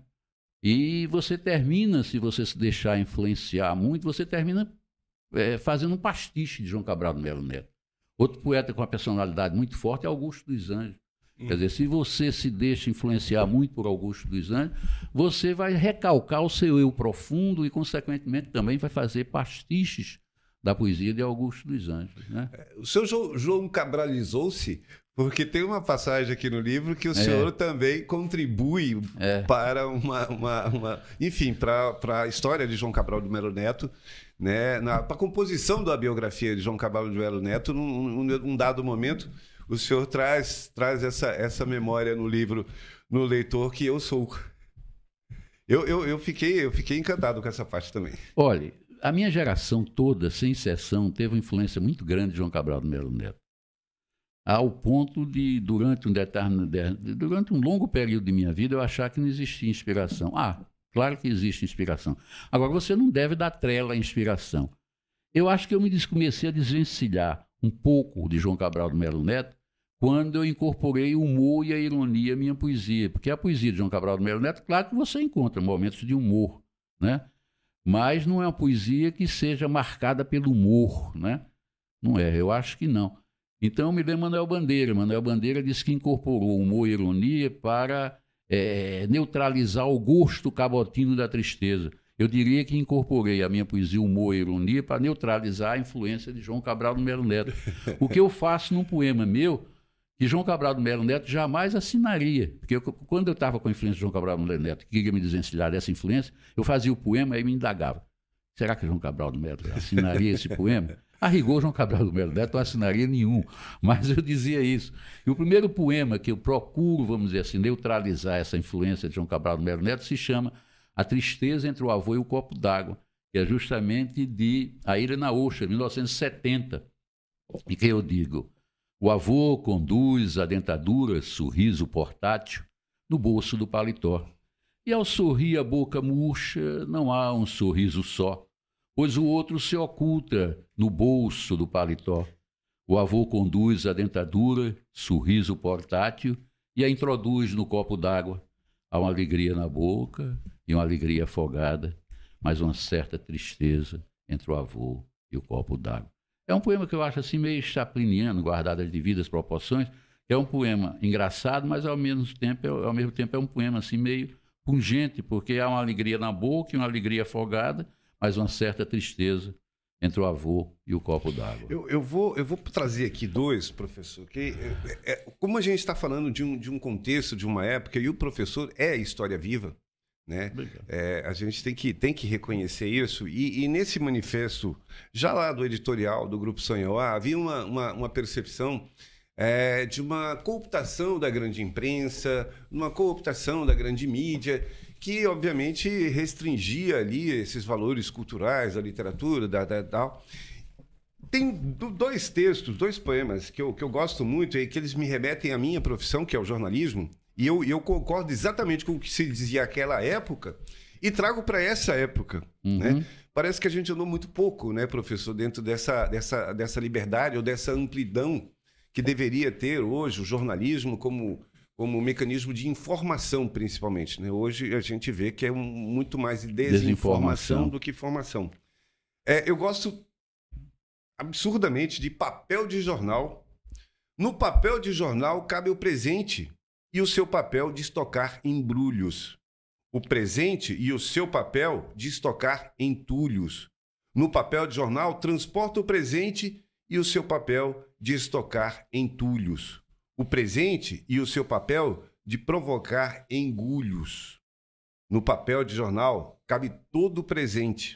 E você termina, se você se deixar influenciar muito, você termina fazendo um pastiche de João Cabral do Melo Neto. Outro poeta com uma personalidade muito forte é Augusto dos Anjos. Quer dizer, se você se deixa influenciar muito por Augusto dos Anjos, você vai recalcar o seu eu profundo e, consequentemente, também vai fazer pastiches da poesia de Augusto dos Anjos, né? O senhor João Cabralizou-se, porque tem uma passagem aqui no livro que o senhor também contribui para enfim, para a história de João Cabral do Melo Neto, né? Para a composição da biografia de João Cabral do Melo Neto, num dado momento, o senhor traz essa memória no livro, no Leitor que Eu Sou. Eu fiquei encantado com essa parte também. Olha, a minha geração toda, sem exceção, teve uma influência muito grande de João Cabral do Melo Neto. Ao ponto de, durante um longo período de minha vida, eu achar que não existia inspiração. Claro que existe inspiração. Agora, você não deve dar trela à inspiração. Eu acho que eu comecei a desvencilhar um pouco de João Cabral do Melo Neto quando eu incorporei o humor e a ironia à minha poesia. Porque a poesia de João Cabral do Melo Neto, claro que você encontra momentos de humor, né? Mas não é uma poesia que seja marcada pelo humor, né? Não é, eu acho que não. Então eu me lembro Manuel Bandeira. Manuel Bandeira disse que incorporou humor e ironia para neutralizar o gosto cabotino da tristeza. Eu diria que incorporei a minha poesia humor e ironia para neutralizar a influência de João Cabral do Melo Neto. O que eu faço num poema meu, que João Cabral do Melo Neto jamais assinaria. Porque quando eu estava com a influência de João Cabral do Melo Neto, que queria me desvencilhar dessa influência, eu fazia o poema e me indagava. Será que João Cabral do Melo assinaria esse poema? A rigor, João Cabral do Melo Neto não assinaria nenhum, mas eu dizia isso. E o primeiro poema que eu procuro, vamos dizer assim, neutralizar essa influência de João Cabral do Melo Neto se chama A Tristeza entre o Avô e o Copo d'Água, que é justamente de Aíra Naosha, 1970. E que eu digo, o avô conduz a dentadura, sorriso portátil, no bolso do paletó. E ao sorrir a boca murcha, não há um sorriso só, pois o outro se oculta no bolso do paletó. O avô conduz a dentadura, sorriso portátil, e a introduz no copo d'água. Há uma alegria na boca e uma alegria afogada, mas uma certa tristeza entre o avô e o copo d'água. É um poema que eu acho assim meio chapliniano, guardado as devidas proporções. É um poema engraçado, mas ao mesmo tempo é um poema assim meio pungente, porque há uma alegria na boca e uma alegria afogada, mas uma certa tristeza entre o avô e o copo d'água. Eu vou trazer aqui dois, professor, que como a gente está falando de um contexto, de uma época, e o professor é história viva, né? A gente tem que reconhecer isso. E nesse manifesto, já lá do editorial do Grupo Sonhauá, havia uma percepção de uma cooptação da grande imprensa, uma cooptação da grande mídia, que obviamente restringia ali esses valores culturais, da literatura, tal. Tem dois textos, dois poemas que eu gosto muito e que eles me remetem à minha profissão, que é o jornalismo, e eu concordo exatamente com o que se dizia naquela época e trago para essa época. Né? Parece que a gente andou muito pouco, né, professor, dentro dessa liberdade ou dessa amplidão que deveria ter hoje o jornalismo como mecanismo de informação, principalmente. Né? Hoje a gente vê que é muito mais de desinformação do que informação. Eu gosto absurdamente de papel de jornal. No papel de jornal cabe o presente e o seu papel de estocar embrulhos. O presente e o seu papel de estocar entulhos. No papel de jornal transporta o presente e o seu papel de estocar entulhos. O presente e o seu papel de provocar engulhos. No papel de jornal cabe todo o presente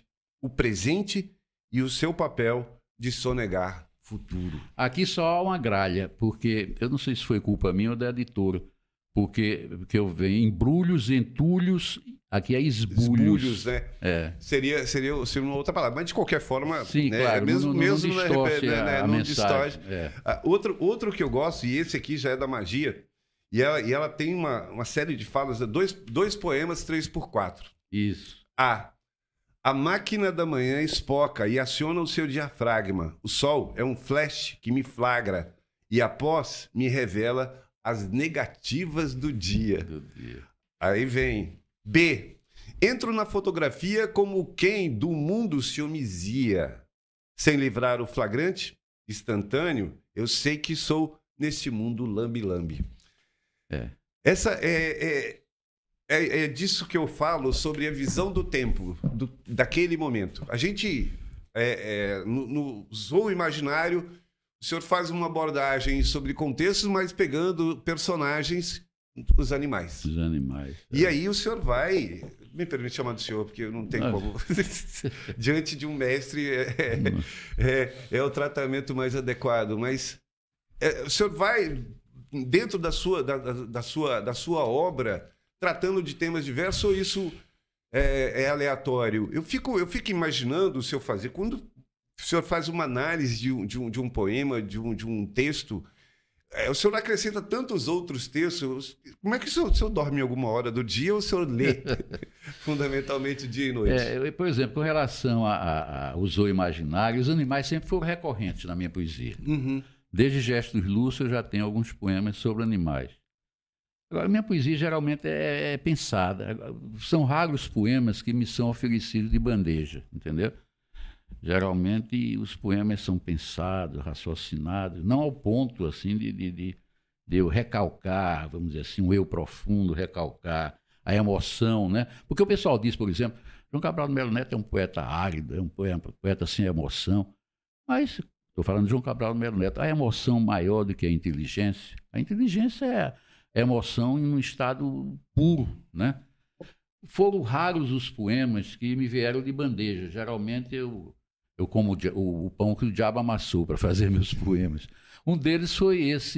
e o seu papel de sonegar futuro. Aqui só há uma gralha, porque eu não sei se foi culpa minha ou da editora, porque eu vejo embrulhos, entulhos, aqui é esbulhos. Esbulhos, né? Seria uma outra palavra, mas de qualquer forma, sim, né? Claro, mesmo não distorce a não mensagem. distorce. Outro que eu gosto, e esse aqui já é da magia, e ela tem uma série de falas, dois poemas 3x4. Isso. A máquina da manhã espoca e aciona o seu diafragma. O sol é um flash que me flagra e após me revela as negativas do dia. Aí vem B. Entro na fotografia como quem do mundo se omisia. Sem livrar o flagrante, instantâneo, eu sei que sou neste mundo lambe-lambe. Essa é disso que eu falo sobre a visão do tempo, daquele momento. A gente, no Zoo Imaginário, o senhor faz uma abordagem sobre contextos, mas pegando personagens, os animais. Os animais. E aí o senhor vai... Me permite chamar do senhor, porque eu não tenho como... Diante de um mestre, é o tratamento mais adequado. Mas o senhor vai, dentro da sua obra, tratando de temas diversos, ou isso é aleatório? Eu fico imaginando o senhor fazer... Quando o senhor faz uma análise de um poema, de um texto, o senhor acrescenta tantos outros textos. Como é que o senhor dorme alguma hora do dia ou o senhor lê fundamentalmente dia e noite? Por exemplo, com relação ao Zoo Imaginário, os animais sempre foram recorrentes na minha poesia. Desde Gestos Lúcidos eu já tenho alguns poemas sobre animais. Agora, minha poesia geralmente é pensada. São raros os poemas que me são oferecidos de bandeja, entendeu? Geralmente os poemas são pensados, raciocinados, não ao ponto assim de eu recalcar, vamos dizer assim, um eu profundo, recalcar a emoção, né? Porque o pessoal diz, por exemplo, João Cabral de Melo Neto é um poeta árido, é um poeta sem emoção, mas estou falando de João Cabral de Melo Neto, a emoção maior do que a inteligência é a emoção em um estado puro, né? Foram raros os poemas que me vieram de bandeja. Geralmente eu como o pão que o diabo amassou para fazer meus poemas. Um deles foi esse,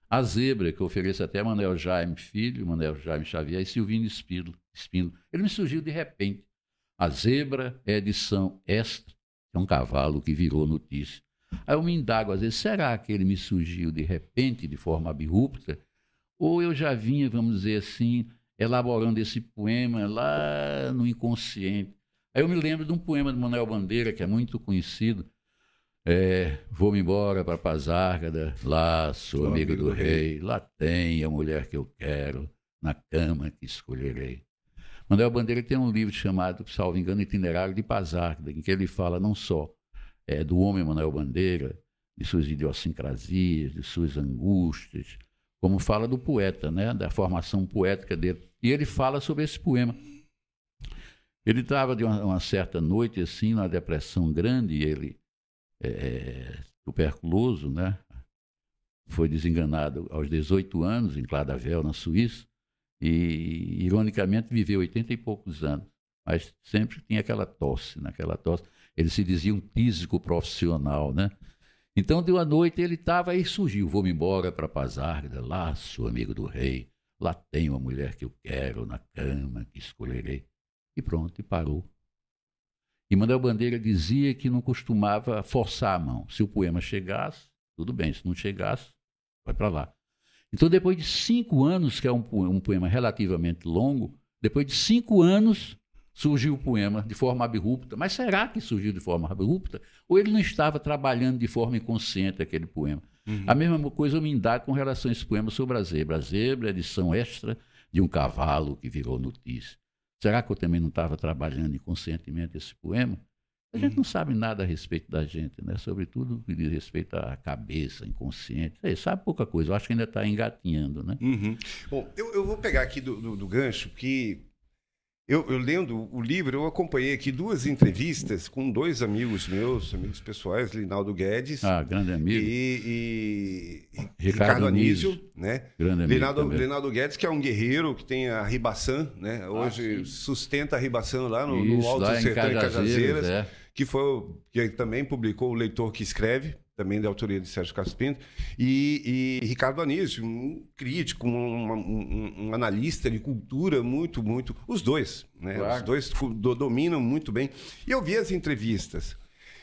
A Zebra, que eu ofereço até a Manuel Jaime Filho, Manuel Jaime Xavier e Silvino Espino. Ele me surgiu de repente. A Zebra é edição extra, é um cavalo que virou notícia. Aí eu me indago, às vezes, será que ele me surgiu de repente, de forma abrupta? Ou eu já vinha, vamos dizer assim, elaborando esse poema lá no inconsciente? Aí eu me lembro de um poema de Manuel Bandeira, que é muito conhecido. Vou-me embora para Pazárgada, lá sou amigo do rei, lá tem a mulher que eu quero, na cama que escolherei. Manuel Bandeira tem um livro chamado, salvo engano, Itinerário de Pazárgada, em que ele fala não só do homem Manuel Bandeira, de suas idiosincrasias, de suas angústias, como fala do poeta, né, da formação poética dele. E ele fala sobre esse poema. Ele estava de uma certa noite, assim, numa depressão grande, ele, tuberculoso, né, foi desenganado aos 18 anos, em Cladavel, na Suíça, e, ironicamente, viveu 80 e poucos anos, mas sempre tinha aquela tosse, naquela tosse. Ele se dizia um tísico profissional, né? Então, de uma noite, ele estava aí, surgiu, vou-me embora para Pazárgada, lá sou amigo do rei, lá tenho a mulher que eu quero, na cama que escolherei. E pronto, e parou. E Manuel Bandeira dizia que não costumava forçar a mão. Se o poema chegasse, tudo bem, se não chegasse, vai para lá. Então, depois de 5 anos, que é um poema relativamente longo, depois de 5 anos surgiu o poema de forma abrupta. Mas será que surgiu de forma abrupta? Ou ele não estava trabalhando de forma inconsciente aquele poema? Uhum. A mesma coisa eu me indago com relação a esse poema sobre a Zebra. A Zebra é edição extra de um cavalo que virou notícia. Será que eu também não estava trabalhando inconscientemente esse poema? A gente não sabe nada a respeito da gente, né? Sobretudo o que diz respeito à cabeça, inconsciente. Você sabe pouca coisa, eu acho que ainda está engatinhando, né? Uhum. Bom, eu vou pegar aqui do gancho que eu lendo o livro, eu acompanhei aqui 2 entrevistas com 2 amigos meus, amigos pessoais, Linaldo Guedes. Grande amigo. E Ricardo Anísio, né? Grande amigo Linaldo Guedes, que é um guerreiro que tem a Ribaçã, né? Hoje sustenta a Ribaçã lá no Alto Sertão, em Cajazeiras, que também publicou O Leitor que Escreve, também da autoria de Sérgio Castro Pinto, e Ricardo Anísio, um crítico, um analista de cultura muito, os dois, né? Claro. Os dois dominam muito bem. E eu vi as entrevistas.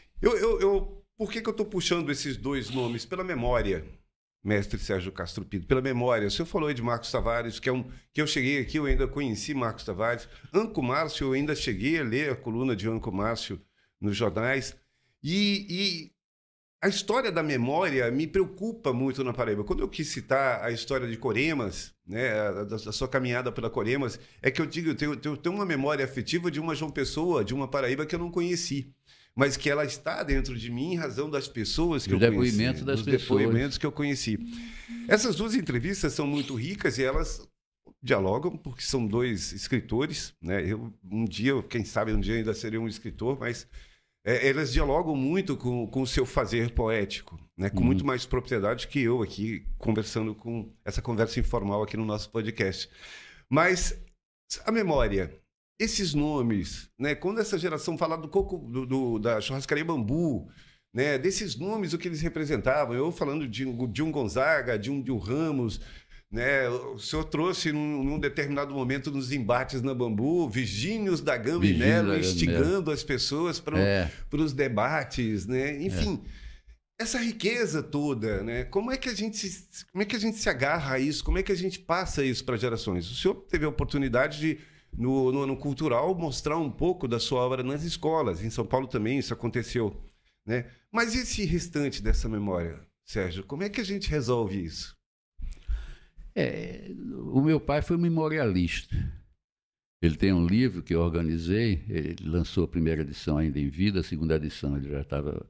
Por que eu estou puxando esses 2 nomes? Pela memória, mestre Sérgio Castro Pinto, pela memória. O senhor falou aí de Marcos Tavares, que eu cheguei aqui, eu ainda conheci Marcos Tavares. Anco Márcio, eu ainda cheguei a ler a coluna de Anco Márcio nos jornais. E a história da memória me preocupa muito na Paraíba. Quando eu quis citar a história de Coremas, né, da sua caminhada pela Coremas, é que eu digo, eu tenho uma memória afetiva de uma João Pessoa, de uma Paraíba que eu não conheci, mas que ela está dentro de mim em razão das pessoas que eu conheci. Dos depoimentos que eu conheci. Essas 2 entrevistas são muito ricas e elas dialogam, porque são 2 escritores, né? Quem sabe um dia ainda serei um escritor, mas elas dialogam muito com o seu fazer poético, né? Com muito mais propriedade que eu aqui, conversando com essa conversa informal aqui no nosso podcast. Mas a memória, esses nomes, né? Quando essa geração fala do coco, da churrascaria Bambu, né? Desses nomes, o que eles representavam, eu falando de um Gonzaga, de um Ramos, né? O senhor trouxe num determinado momento nos embates na Bambu, Virgínios da Gama e Melo instigando as pessoas para os debates, né? Enfim, essa riqueza toda, né? Como é que a gente se agarra a isso? Como é que a gente passa isso para gerações? O senhor teve a oportunidade de, no ano cultural, mostrar um pouco da sua obra nas escolas. Em São Paulo também isso aconteceu, né? Mas e esse restante dessa memória, Sérgio? Como é que a gente resolve isso? O meu pai foi um memorialista. Ele tem um livro que eu organizei, ele lançou a primeira edição ainda em vida, a segunda edição ele já estava,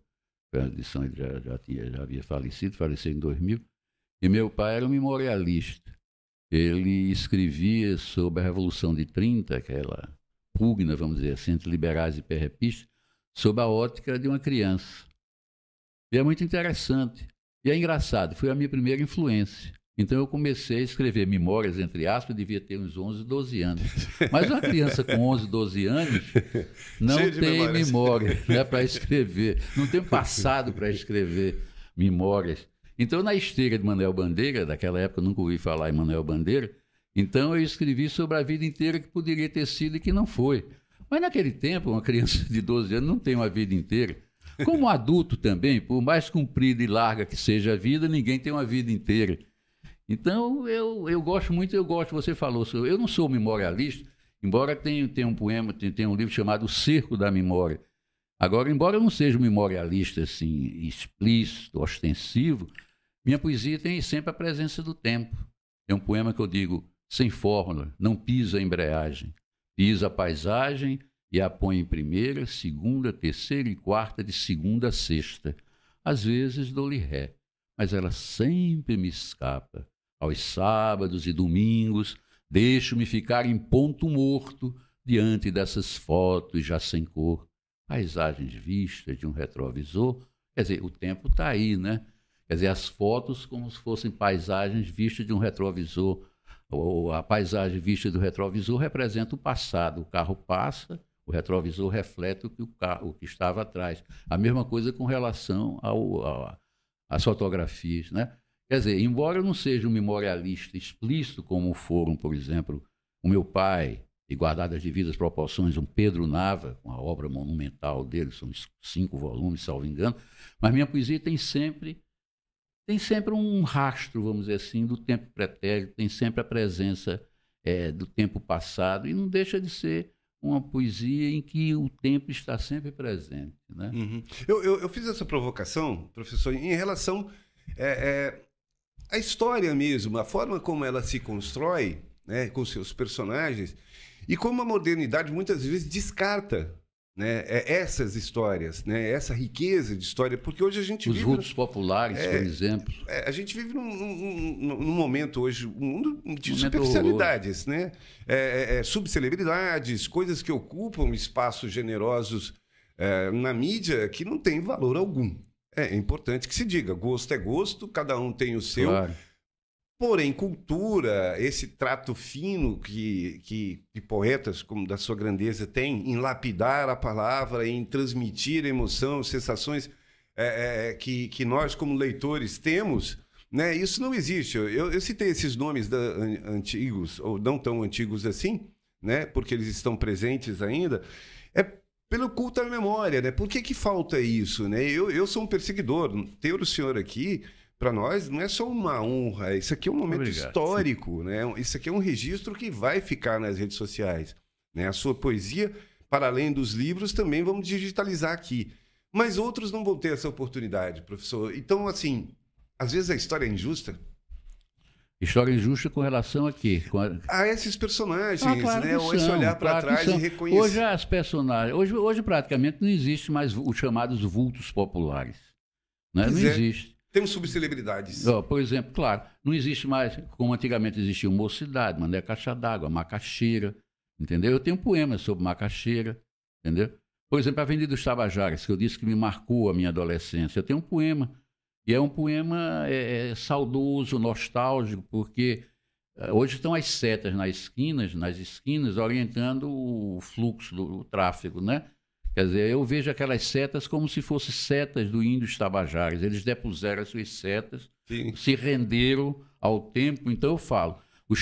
já havia falecido, faleceu em 2000, e meu pai era um memorialista. Ele escrevia sobre a Revolução de 30, aquela pugna, vamos dizer assim, entre liberais e perrepistas, sob a ótica de uma criança. E é muito interessante. E é engraçado, foi a minha primeira influência. Então eu comecei a escrever memórias, entre aspas, devia ter uns 11, 12 anos. Mas uma criança com 11, 12 anos não tem memória, né, para escrever, não tem passado para escrever memórias. Então, na esteira de Manuel Bandeira, daquela época eu nunca ouvi falar em Manuel Bandeira, então eu escrevi sobre a vida inteira que poderia ter sido e que não foi. Mas naquele tempo, uma criança de 12 anos não tem uma vida inteira. Como adulto também, por mais comprida e larga que seja a vida, ninguém tem uma vida inteira. Então, eu gosto muito, você falou, eu não sou memorialista, embora tenha um poema, tenha um livro chamado O Cerco da Memória. Agora, embora eu não seja um memorialista assim, explícito, ostensivo, minha poesia tem sempre a presença do tempo. É um poema que eu digo, sem fórmula, não pisa a embreagem, pisa a paisagem e a põe em primeira, segunda, terceira e quarta, de segunda a sexta. Às vezes dou-lhe ré, mas ela sempre me escapa. Aos sábados e domingos, deixo-me ficar em ponto morto diante dessas fotos já sem cor, paisagens vistas de um retrovisor. Quer dizer, o tempo está aí, né? Quer dizer, as fotos como se fossem paisagens vistas de um retrovisor. Ou a paisagem vista do retrovisor representa o passado. O carro passa, o retrovisor reflete o que estava atrás. A mesma coisa com relação às fotografias, né? Quer dizer, embora eu não seja um memorialista explícito, como foram, por exemplo, o meu pai, e guardado as devidas proporções, um Pedro Nava, uma obra monumental dele, são 5 volumes, salvo engano, mas minha poesia tem sempre um rastro, vamos dizer assim, do tempo pretérito, tem sempre a presença do tempo passado, e não deixa de ser uma poesia em que o tempo está sempre presente, né? Uhum. Eu fiz essa provocação, professor, em relação à história mesmo, a forma como ela se constrói, né, com seus personagens, e como a modernidade muitas vezes descarta, né, essas histórias, né, essa riqueza de história, porque hoje a gente Os vive... vultos populares, por exemplo. A gente vive num momento hoje, um mundo de superficialidades, né? Subcelebridades, coisas que ocupam espaços generosos na mídia que não tem valor algum. É importante que se diga, gosto é gosto, cada um tem o seu... Claro. Porém, cultura, esse trato fino que poetas como da sua grandeza têm em lapidar a palavra, em transmitir emoção, sensações que nós, como leitores, temos, né? Isso não existe. Eu citei esses nomes antigos, ou não tão antigos assim, né? Porque eles estão presentes ainda. Pelo culto à memória, né? Por que falta isso, né? Eu sou um perseguidor. Ter o senhor aqui... Para nós, não é só uma honra, isso aqui é um momento histórico, né? Isso aqui é um registro que vai ficar nas redes sociais, né? A sua poesia, para além dos livros, também vamos digitalizar aqui. Mas outros não vão ter essa oportunidade, professor. Então, assim, às vezes a história é injusta. História injusta com relação a quê? A esses personagens, claro, né? Ou esse olhar para trás e reconhecer. Hoje as personagens... Hoje praticamente não existe mais os chamados vultos populares, né? Não existe. Temos subcelebridades. Por exemplo, claro, não existe mais, como antigamente existia Mocidade, Mané Caixa d'Água, Macaxeira, entendeu? Eu tenho um poema sobre Macaxeira, entendeu? Por exemplo, a Avenida dos Tabajaras, que eu disse que me marcou a minha adolescência. Eu tenho um poema, e é um poema saudoso, nostálgico, porque hoje estão as setas nas esquinas, orientando o fluxo do tráfego, né? Quer dizer, eu vejo aquelas setas como se fossem setas do Índios Tabajaras. Eles depuseram as suas setas, sim, se renderam ao tempo. Então eu falo,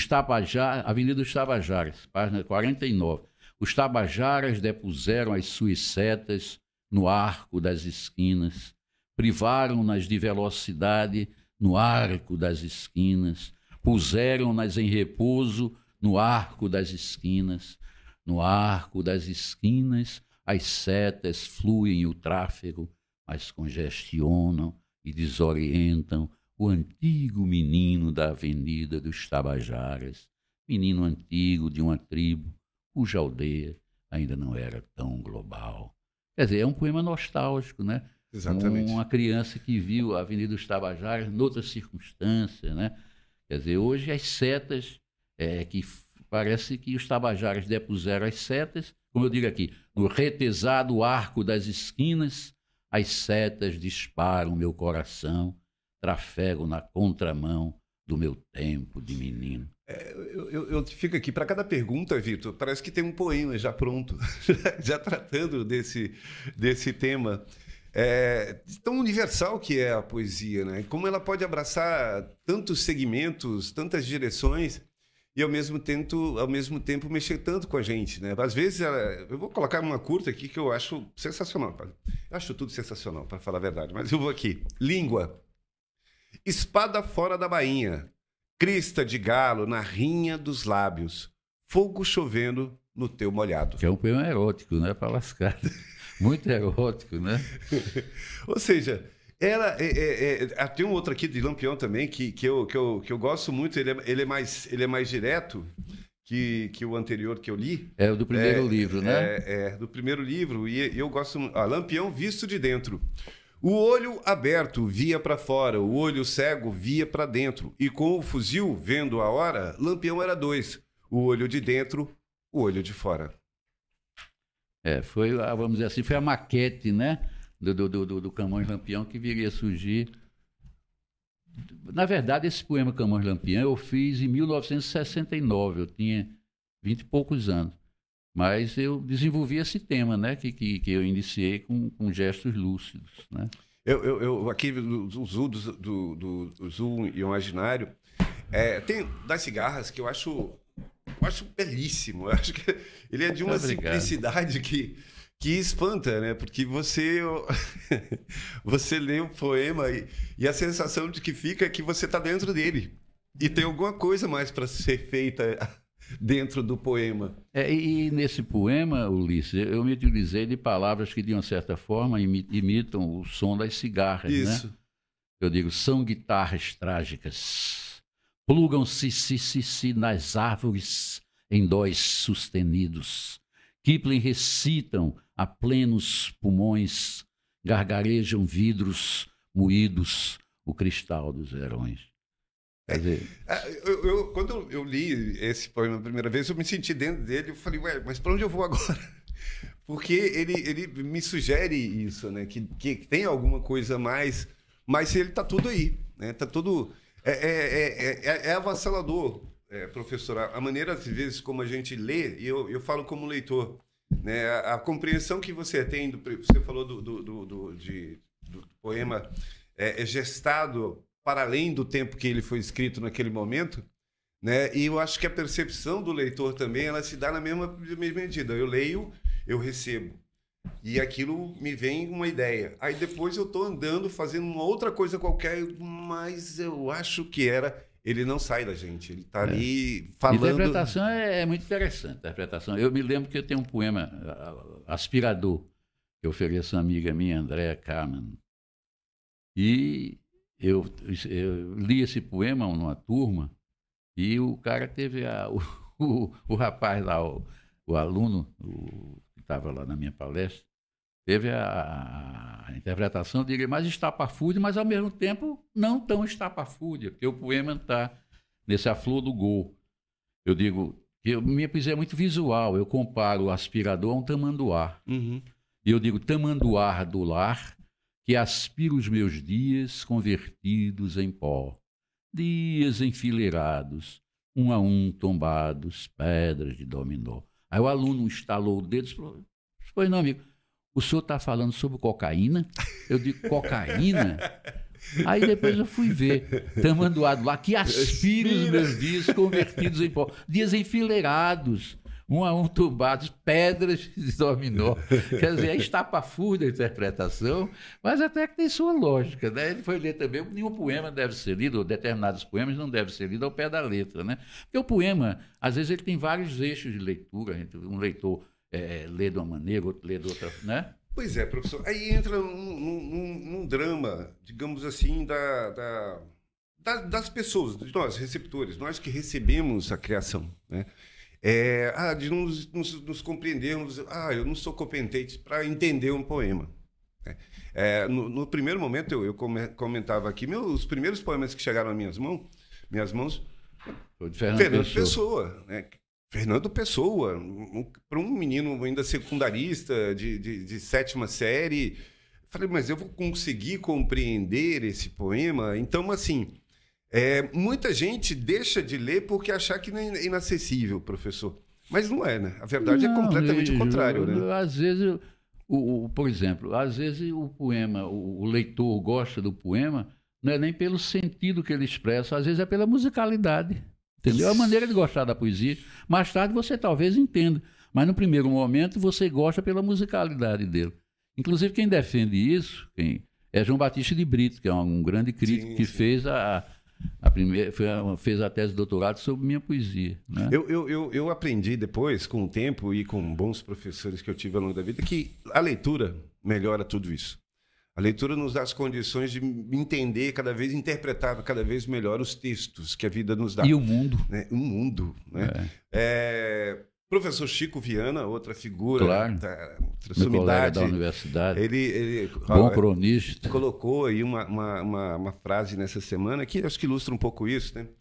Avenida dos Tabajaras, página 49. Os Tabajaras depuseram as suas setas no arco das esquinas, privaram-nas de velocidade no arco das esquinas, puseram-nas em repouso no arco das esquinas. No arco das esquinas, as setas fluem o tráfego, mas congestionam e desorientam o antigo menino da Avenida dos Tabajaras, menino antigo de uma tribo cuja aldeia ainda não era tão global. Quer dizer, é um poema nostálgico, né? Exatamente. Uma criança que viu a Avenida dos Tabajaras noutras circunstâncias, né? Quer dizer, hoje as setas, que parece que os Tabajaras depuseram as setas, como eu digo aqui, no retesado arco das esquinas, as setas disparam meu coração, trafego na contramão do meu tempo de menino. Eu fico aqui, para cada pergunta, Vitor, parece que tem um poema já pronto, já tratando desse tema. tão universal que é a poesia, né? Como ela pode abraçar tantos segmentos, tantas direções e ao mesmo tempo mexer tanto com a gente, né? Às vezes, eu vou colocar uma curta aqui que eu acho sensacional. Eu acho tudo sensacional, para falar a verdade, mas eu vou aqui. Língua. Espada fora da bainha, crista de galo na rinha dos lábios, fogo chovendo no teu molhado. Que é um poema erótico, né? Para lascar. Muito erótico, né? Ou seja, tem um outro aqui de Lampião também que eu gosto muito. Ele é mais direto que o anterior que eu li. É o do primeiro livro, né? Do primeiro livro. E eu gosto muito. Lampião visto de dentro. O olho aberto via para fora, o olho cego via para dentro. E com o fuzil vendo a hora, Lampião era 2. O olho de dentro, o olho de fora. Foi, vamos dizer assim, foi a maquete, né, do Camões Lampião que viria a surgir. Na verdade, esse poema Camões Lampião eu fiz em 1969, eu tinha 20 e poucos anos. Mas eu desenvolvi esse tema, né, que eu iniciei com gestos lúcidos, né? Eu aqui, do Zul Imaginário, tem das cigarras que eu acho belíssimo. Eu acho que ele é de uma simplicidade que espanta, né? Porque você lê um poema e a sensação de que fica é que você está dentro dele. E tem alguma coisa mais para ser feita dentro do poema. E nesse poema, Ulisses, eu me utilizei de palavras que, de uma certa forma, imitam o som das cigarras. Isso. Né? Eu digo, são guitarras trágicas, plugam-se nas árvores em dós sustenidos. Kipling recitam a plenos pulmões, gargarejam vidros moídos, o cristal dos verões. Quer dizer... Quando eu li esse poema a primeira vez, eu me senti dentro dele e falei, mas para onde eu vou agora? Porque ele me sugere isso, né? Que tem alguma coisa a mais, mas ele está tudo aí, né? Tá tudo... É avassalador, professor. A maneira, às vezes, como a gente lê, e eu falo como leitor, né? A compreensão que você tem, você falou do poema gestado para além do tempo que ele foi escrito naquele momento, né? E eu acho que a percepção do leitor também, ela se dá na mesma medida. Eu leio, eu recebo. E aquilo me vem uma ideia. Aí depois eu estou andando, fazendo uma outra coisa qualquer, mas eu acho que ele não sai da gente. Ele está ali falando... A interpretação é muito interessante. Eu me lembro que eu tenho um poema, Aspirador, que eu ofereço a uma amiga minha, Andréa Carmen. E... Eu li esse poema numa turma e o cara teve o rapaz lá, o aluno que estava lá na minha palestra, teve a interpretação de mais estapafúrdia, mas ao mesmo tempo não tão estapafúrdia, porque o poema está nesse A Flor do Gol. Eu digo, minha poesia é muito visual, eu comparo o aspirador a um tamanduá. Uhum. E eu digo, tamanduá do lar, que aspira os meus dias convertidos em pó, dias enfileirados, um a um tombados, pedras de dominó. Aí o aluno estalou o dedo e falou, pois não, amigo, o senhor está falando sobre cocaína? Eu digo, cocaína? Aí depois eu fui ver, tamanduá do lar, que aspira os meus dias convertidos em pó, dias enfileirados, um a um tombados, pedras de dominó. Quer dizer, é estapafúrdia a interpretação, mas até que tem sua lógica, né? Ele foi ler também, nenhum poema deve ser lido, ou determinados poemas não devem ser lidos ao pé da letra, né? Porque o poema, às vezes, ele tem vários eixos de leitura, um leitor lê de uma maneira, outro lê de outra, né? Pois é, professor. Aí entra num drama, digamos assim, das pessoas, de nós, receptores, nós que recebemos a criação, né? De nos compreendermos. Eu não sou competente para entender um poema. No primeiro momento, eu comentava aqui, os primeiros poemas que chegaram às minhas mãos foi de Fernando Pessoa. Né? Fernando Pessoa, para um menino ainda secundarista, de 7ª série. Falei, mas eu vou conseguir compreender esse poema? Então, assim... muita gente deixa de ler porque achar que é inacessível, professor. Mas não é, né? A verdade é completamente o contrário, né? Às vezes, Por exemplo, às vezes o poema, o leitor gosta do poema, não é nem pelo sentido que ele expressa, às vezes é pela musicalidade, entendeu? É a maneira de gostar da poesia. Mais tarde você talvez entenda, mas no primeiro momento você gosta pela musicalidade dele. Inclusive quem defende isso é João Batista de Brito, que é um grande crítico que fez fez a tese de doutorado sobre minha poesia. Né? Eu aprendi depois, com o tempo e com bons professores que eu tive ao longo da vida, que a leitura melhora tudo isso. A leitura nos dá as condições de entender cada vez, interpretar cada vez melhor os textos que a vida nos dá. E o mundo. Né? O mundo. Né? Professor Chico Viana, outra figura, claro. Outra sumidade da universidade. Ele bom cronista. Colocou aí uma frase nessa semana que acho que ilustra um pouco isso, né?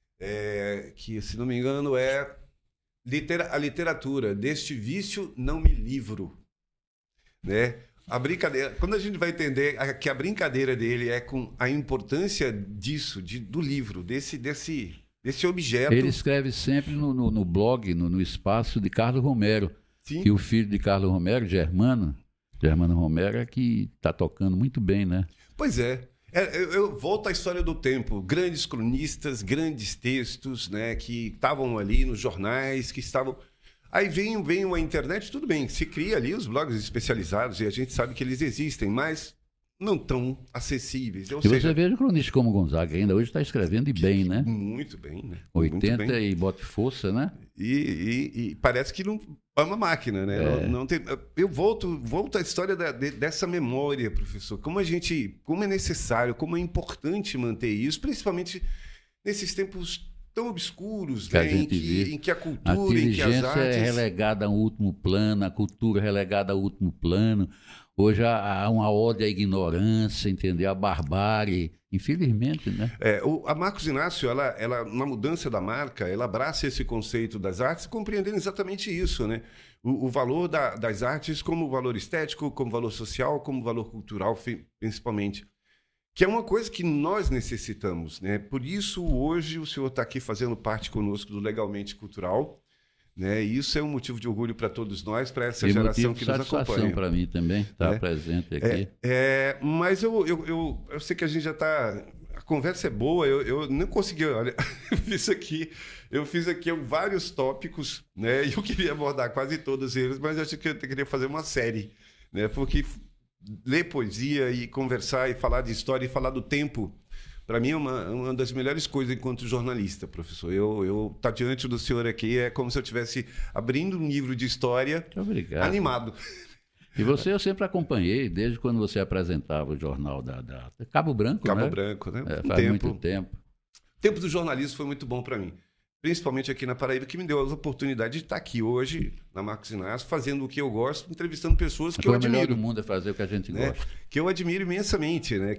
Que, se não me engano, é a literatura, deste vício não me livro. Né? A brincadeira, quando a gente vai entender que a brincadeira dele é com a importância disso, do livro, desse objeto. Ele escreve sempre no blog, no espaço de Carlos Romero. Sim. Que o filho de Carlos Romero, Germano Romero, é que está tocando muito bem, né? Pois é. Eu volto à história do tempo. Grandes cronistas, grandes textos, né, que estavam ali nos jornais, que estavam... Aí vem a internet, tudo bem, se cria ali os blogs especializados e a gente sabe que eles existem, mas não tão acessíveis. Você veja cronistas como Gonzaga, ainda hoje está escrevendo e bem, né? Muito bem, né? 80 muito bem. E bote força, né? E parece que não é uma máquina, né? Não tem, eu volto à história dessa memória, professor. Como é necessário, como é importante manter isso, principalmente nesses tempos tão obscuros, que né? em que a cultura, em que as artes... é relegada a um último plano, a cultura é relegada a um último plano. Hoje há uma ódio à ignorância, entendeu? À barbárie, infelizmente, né? A Marcos Inácio, ela, na mudança da marca, ela abraça esse conceito das artes, compreendendo exatamente isso, né? O valor das artes como valor estético, como valor social, como valor cultural, principalmente. Que é uma coisa que nós necessitamos, né? Por isso, hoje, o senhor está aqui fazendo parte conosco do Legalmente Cultural, né? E isso é um motivo de orgulho para todos nós, para essa geração que nos acompanha. Satisfação para mim também estar presente aqui. Mas eu sei que a gente já está... A conversa é boa, eu não consegui... Olha, eu fiz aqui vários tópicos, né? E eu queria abordar quase todos eles, mas eu acho que eu queria fazer uma série, né? Porque... ler poesia e conversar e falar de história e falar do tempo, para mim é uma das melhores coisas enquanto jornalista, professor. Eu estar diante do senhor aqui é como se eu estivesse abrindo um livro de história. Obrigado. Animado. E você eu sempre acompanhei, desde quando você apresentava o jornal da Cabo Branco, Cabo Branco, né? Faz muito tempo. O tempo do jornalismo foi muito bom para mim. Principalmente aqui na Paraíba, que me deu a oportunidade de estar aqui hoje, na Marcos Inácio, fazendo o que eu gosto, entrevistando pessoas que eu admiro. O melhor do mundo é fazer o que a gente gosta. Que eu admiro imensamente, né?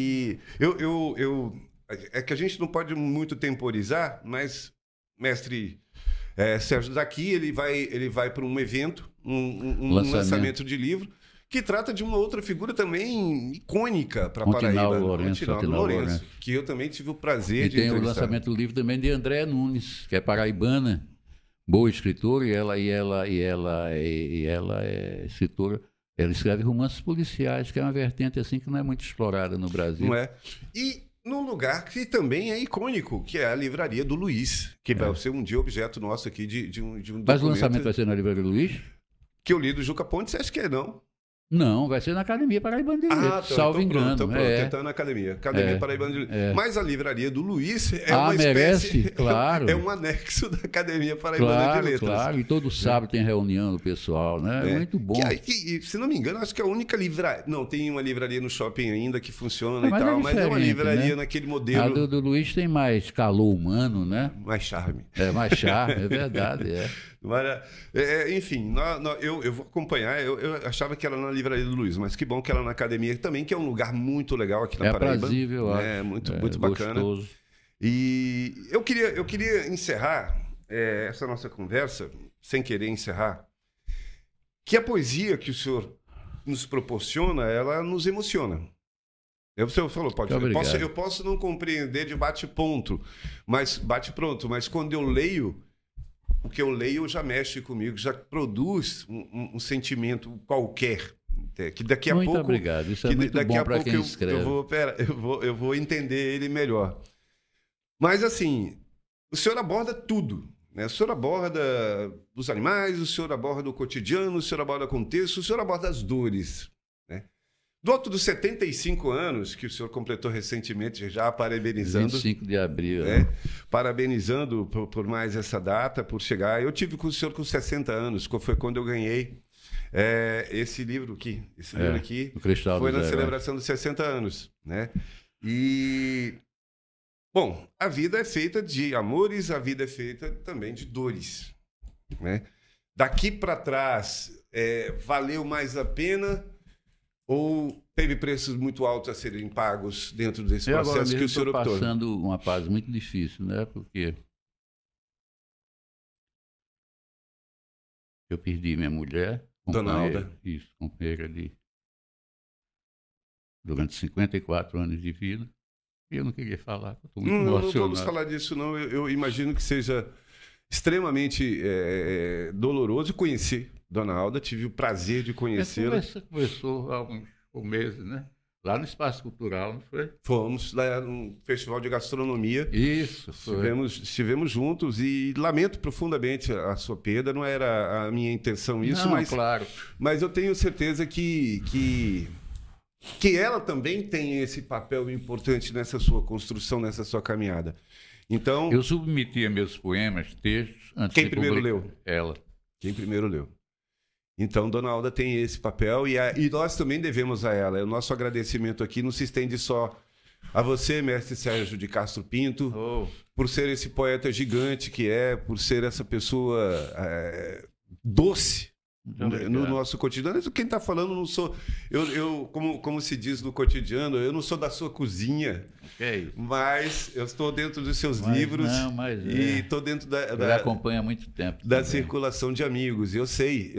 É que a gente não pode muito temporizar, mas, mestre Sérgio, daqui ele vai para um evento, um lançamento de livro, que trata de uma outra figura também icônica para a Paraíba. Lourenço, que eu também tive o prazer de entrevistar. E tem o lançamento do livro também de Andréa Nunes, que é paraibana, boa escritora, e ela é escritora. Ela escreve romances policiais, que é uma vertente assim que não é muito explorada no Brasil. Não é? E num lugar que também é icônico, que é a Livraria do Luiz, que vai ser um dia objeto nosso aqui de um documento. Mas o lançamento vai ser na Livraria do Luiz? Que eu li do Juca Pontes, você acha que é não? Não, vai ser na Academia Paraibana de Letras, salvo engano. Então na Academia Paraibana de Letras. Mas a Livraria do Luiz é uma merece, espécie... claro. É um anexo da Academia Paraibana de Letras. Claro, e todo sábado tem reunião do pessoal, né? Muito bom. Se não me engano, acho que é a única livraria... Não, tem uma livraria no shopping ainda que funciona e tal, mas é uma livraria, né? Naquele modelo... A do Luiz tem mais calor humano, né? Mais charme. Mais charme, é verdade, enfim, eu vou acompanhar. Eu achava que era na Livraria do Luiz, mas que bom que ela na Academia também, que é um lugar muito legal aqui na Paraíba. Aprazível, muito bacana. Gostoso. E eu queria encerrar essa nossa conversa, sem querer encerrar, que a poesia que o senhor nos proporciona, ela nos emociona. O senhor falou, eu posso não compreender de bate-pronto, mas quando eu leio, o que eu leio já mexe comigo, já produz um sentimento qualquer, que daqui a muito pouco... obrigado, isso é muito bom para quem escreve. Eu vou entender ele melhor. Mas, assim, o senhor aborda tudo, né? O senhor aborda os animais, o senhor aborda o cotidiano, o senhor aborda o contexto, o senhor aborda as dores, né? Do alto dos 75 anos, que o senhor completou recentemente, já parabenizando... 25 de abril. Né? Parabenizando por mais essa data, por chegar. Eu tive com o senhor com 60 anos, que foi quando eu ganhei esse livro aqui. Esse livro aqui foi na celebração dos 60 anos, né? E... Bom, a vida é feita de amores, a vida é feita também de dores, né? Daqui para trás, valeu mais a pena ou teve preços muito altos a serem pagos dentro desse processo que o senhor optou? Eu estou passando uma fase muito difícil, né? Porque eu perdi minha mulher, Dona Alda. Isso, companheira durante 54 anos de vida. E eu não queria falar, estou muito emocionado. Não vamos falar disso, não. Eu imagino que seja extremamente doloroso conhecer Dona Alda. Tive o prazer de conhecê-la. Você conversou há uns meses, né? Lá no Espaço Cultural, não foi? Fomos lá no Festival de Gastronomia. Isso, foi. Estivemos juntos e lamento profundamente a sua perda. Não era a minha intenção isso, não, claro. Mas eu tenho certeza que ela também tem esse papel importante nessa sua construção, nessa sua caminhada. Então, eu submetia meus poemas, textos, antes quem primeiro leu? Ela. Quem primeiro leu. Então, Dona Alda tem esse papel e nós também devemos a ela. O nosso agradecimento aqui não se estende só a você, mestre Sérgio de Castro Pinto, por ser esse poeta gigante que por ser essa pessoa doce no nosso cotidiano. Quem está falando não sou... como se diz no cotidiano, eu não sou da sua cozinha, mas eu estou dentro dos seus livros e estou dentro da acompanha há muito tempo da circulação de amigos. Eu sei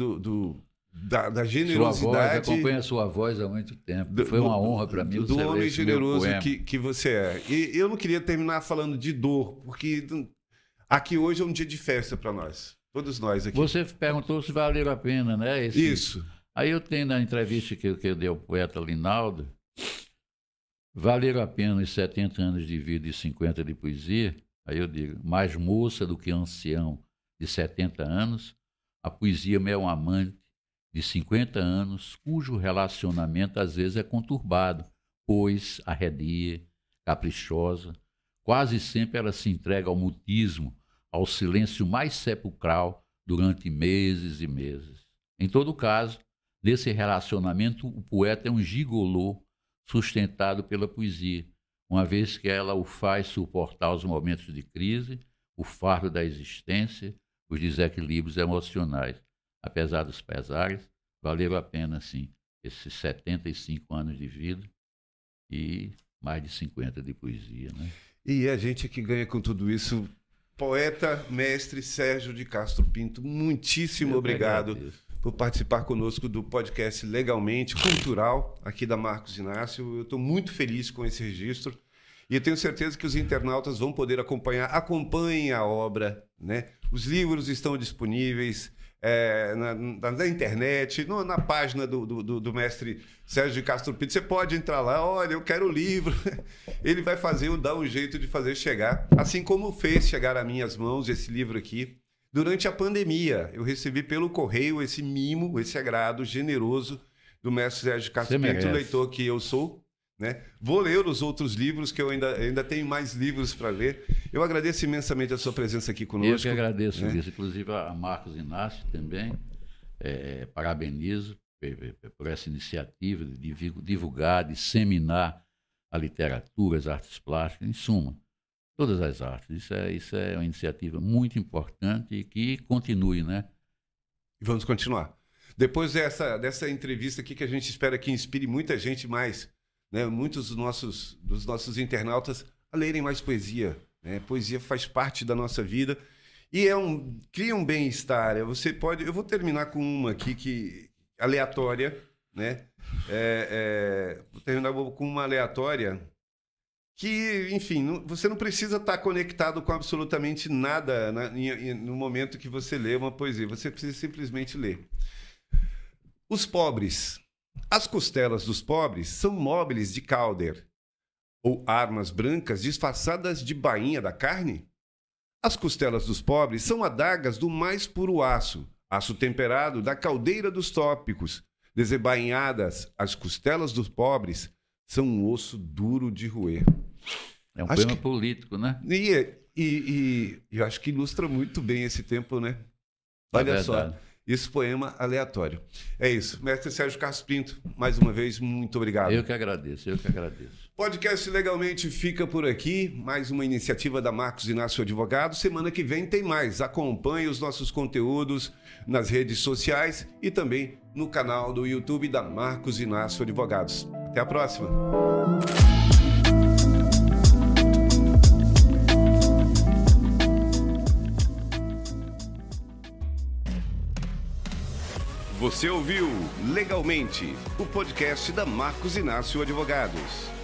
da generosidade. Eu acompanho a sua voz há muito tempo. Foi uma honra para mim. Do homem generoso que você é. E eu não queria terminar falando de dor, porque aqui hoje é um dia de festa para nós. Todos nós aqui. Você perguntou se valeu a pena, né? Isso. Aí eu tenho na entrevista que eu dei ao poeta Linaldo, valeram a pena os 70 anos de vida e 50 de poesia. Aí eu digo, mais moça do que ancião de 70 anos, a poesia me é um amante de 50 anos, cujo relacionamento às vezes é conturbado, pois arredia, caprichosa, quase sempre ela se entrega ao mutismo, ao silêncio mais sepulcral durante meses e meses. Em todo caso, nesse relacionamento, o poeta é um gigolô sustentado pela poesia, uma vez que ela o faz suportar os momentos de crise, o fardo da existência, os desequilíbrios emocionais. Apesar dos pesares, valeram a pena, sim, esses 75 anos de vida e mais de 50 de poesia, né? E a gente que ganha com tudo isso... Poeta, mestre Sérgio de Castro Pinto, muitíssimo obrigado por participar conosco do podcast Legalmente Cultural, aqui da Marcos Inácio. Eu estou muito feliz com esse registro e eu tenho certeza que os internautas vão poder acompanhar. Acompanhem a obra, né? Os livros estão disponíveis na internet, na página do mestre Sérgio de Castro Pinto. Você pode entrar lá, olha, eu quero o livro. Ele vai dar um jeito de fazer chegar, assim como fez chegar às minhas mãos esse livro aqui. Durante a pandemia, eu recebi pelo correio esse mimo, esse agrado generoso do mestre Sérgio de Castro Pinto, leitor que eu sou. Né? Vou ler os outros livros, que eu ainda tenho mais livros para ler. Eu agradeço imensamente a sua presença aqui conosco. Eu que agradeço, né? Inclusive a Marcos Inácio também. Parabenizo por essa iniciativa de divulgar, de disseminar a literatura, as artes plásticas, em suma, todas as artes. Isso é uma iniciativa muito importante e que continue, né? E vamos continuar. Depois dessa entrevista aqui, que a gente espera que inspire muita gente mais, né? Muitos dos nossos internautas a lerem mais poesia, né? Poesia faz parte da nossa vida e cria um bem-estar. Eu vou terminar com uma aqui aleatória, né? Vou terminar com uma aleatória que, enfim, você não precisa estar conectado com absolutamente nada no momento que você lê uma poesia. Você precisa simplesmente ler. Os pobres As costelas dos pobres são móveis de Calder, ou armas brancas disfarçadas de bainha da carne? As costelas dos pobres são adagas do mais puro aço, aço temperado da caldeira dos trópicos. Desembainhadas, as costelas dos pobres são um osso duro de roer. É um poema político, né? E eu acho que ilustra muito bem esse tempo, né? Olha só, esse poema aleatório. É isso. Mestre Sérgio Carlos Pinto, mais uma vez, muito obrigado. Eu que agradeço. Podcast Legalmente fica por aqui. Mais uma iniciativa da Marcos Inácio Advogados. Semana que vem tem mais. Acompanhe os nossos conteúdos nas redes sociais e também no canal do YouTube da Marcos Inácio Advogados. Até a próxima. Você ouviu Legalmente, o podcast da Marcos Inácio Advogados.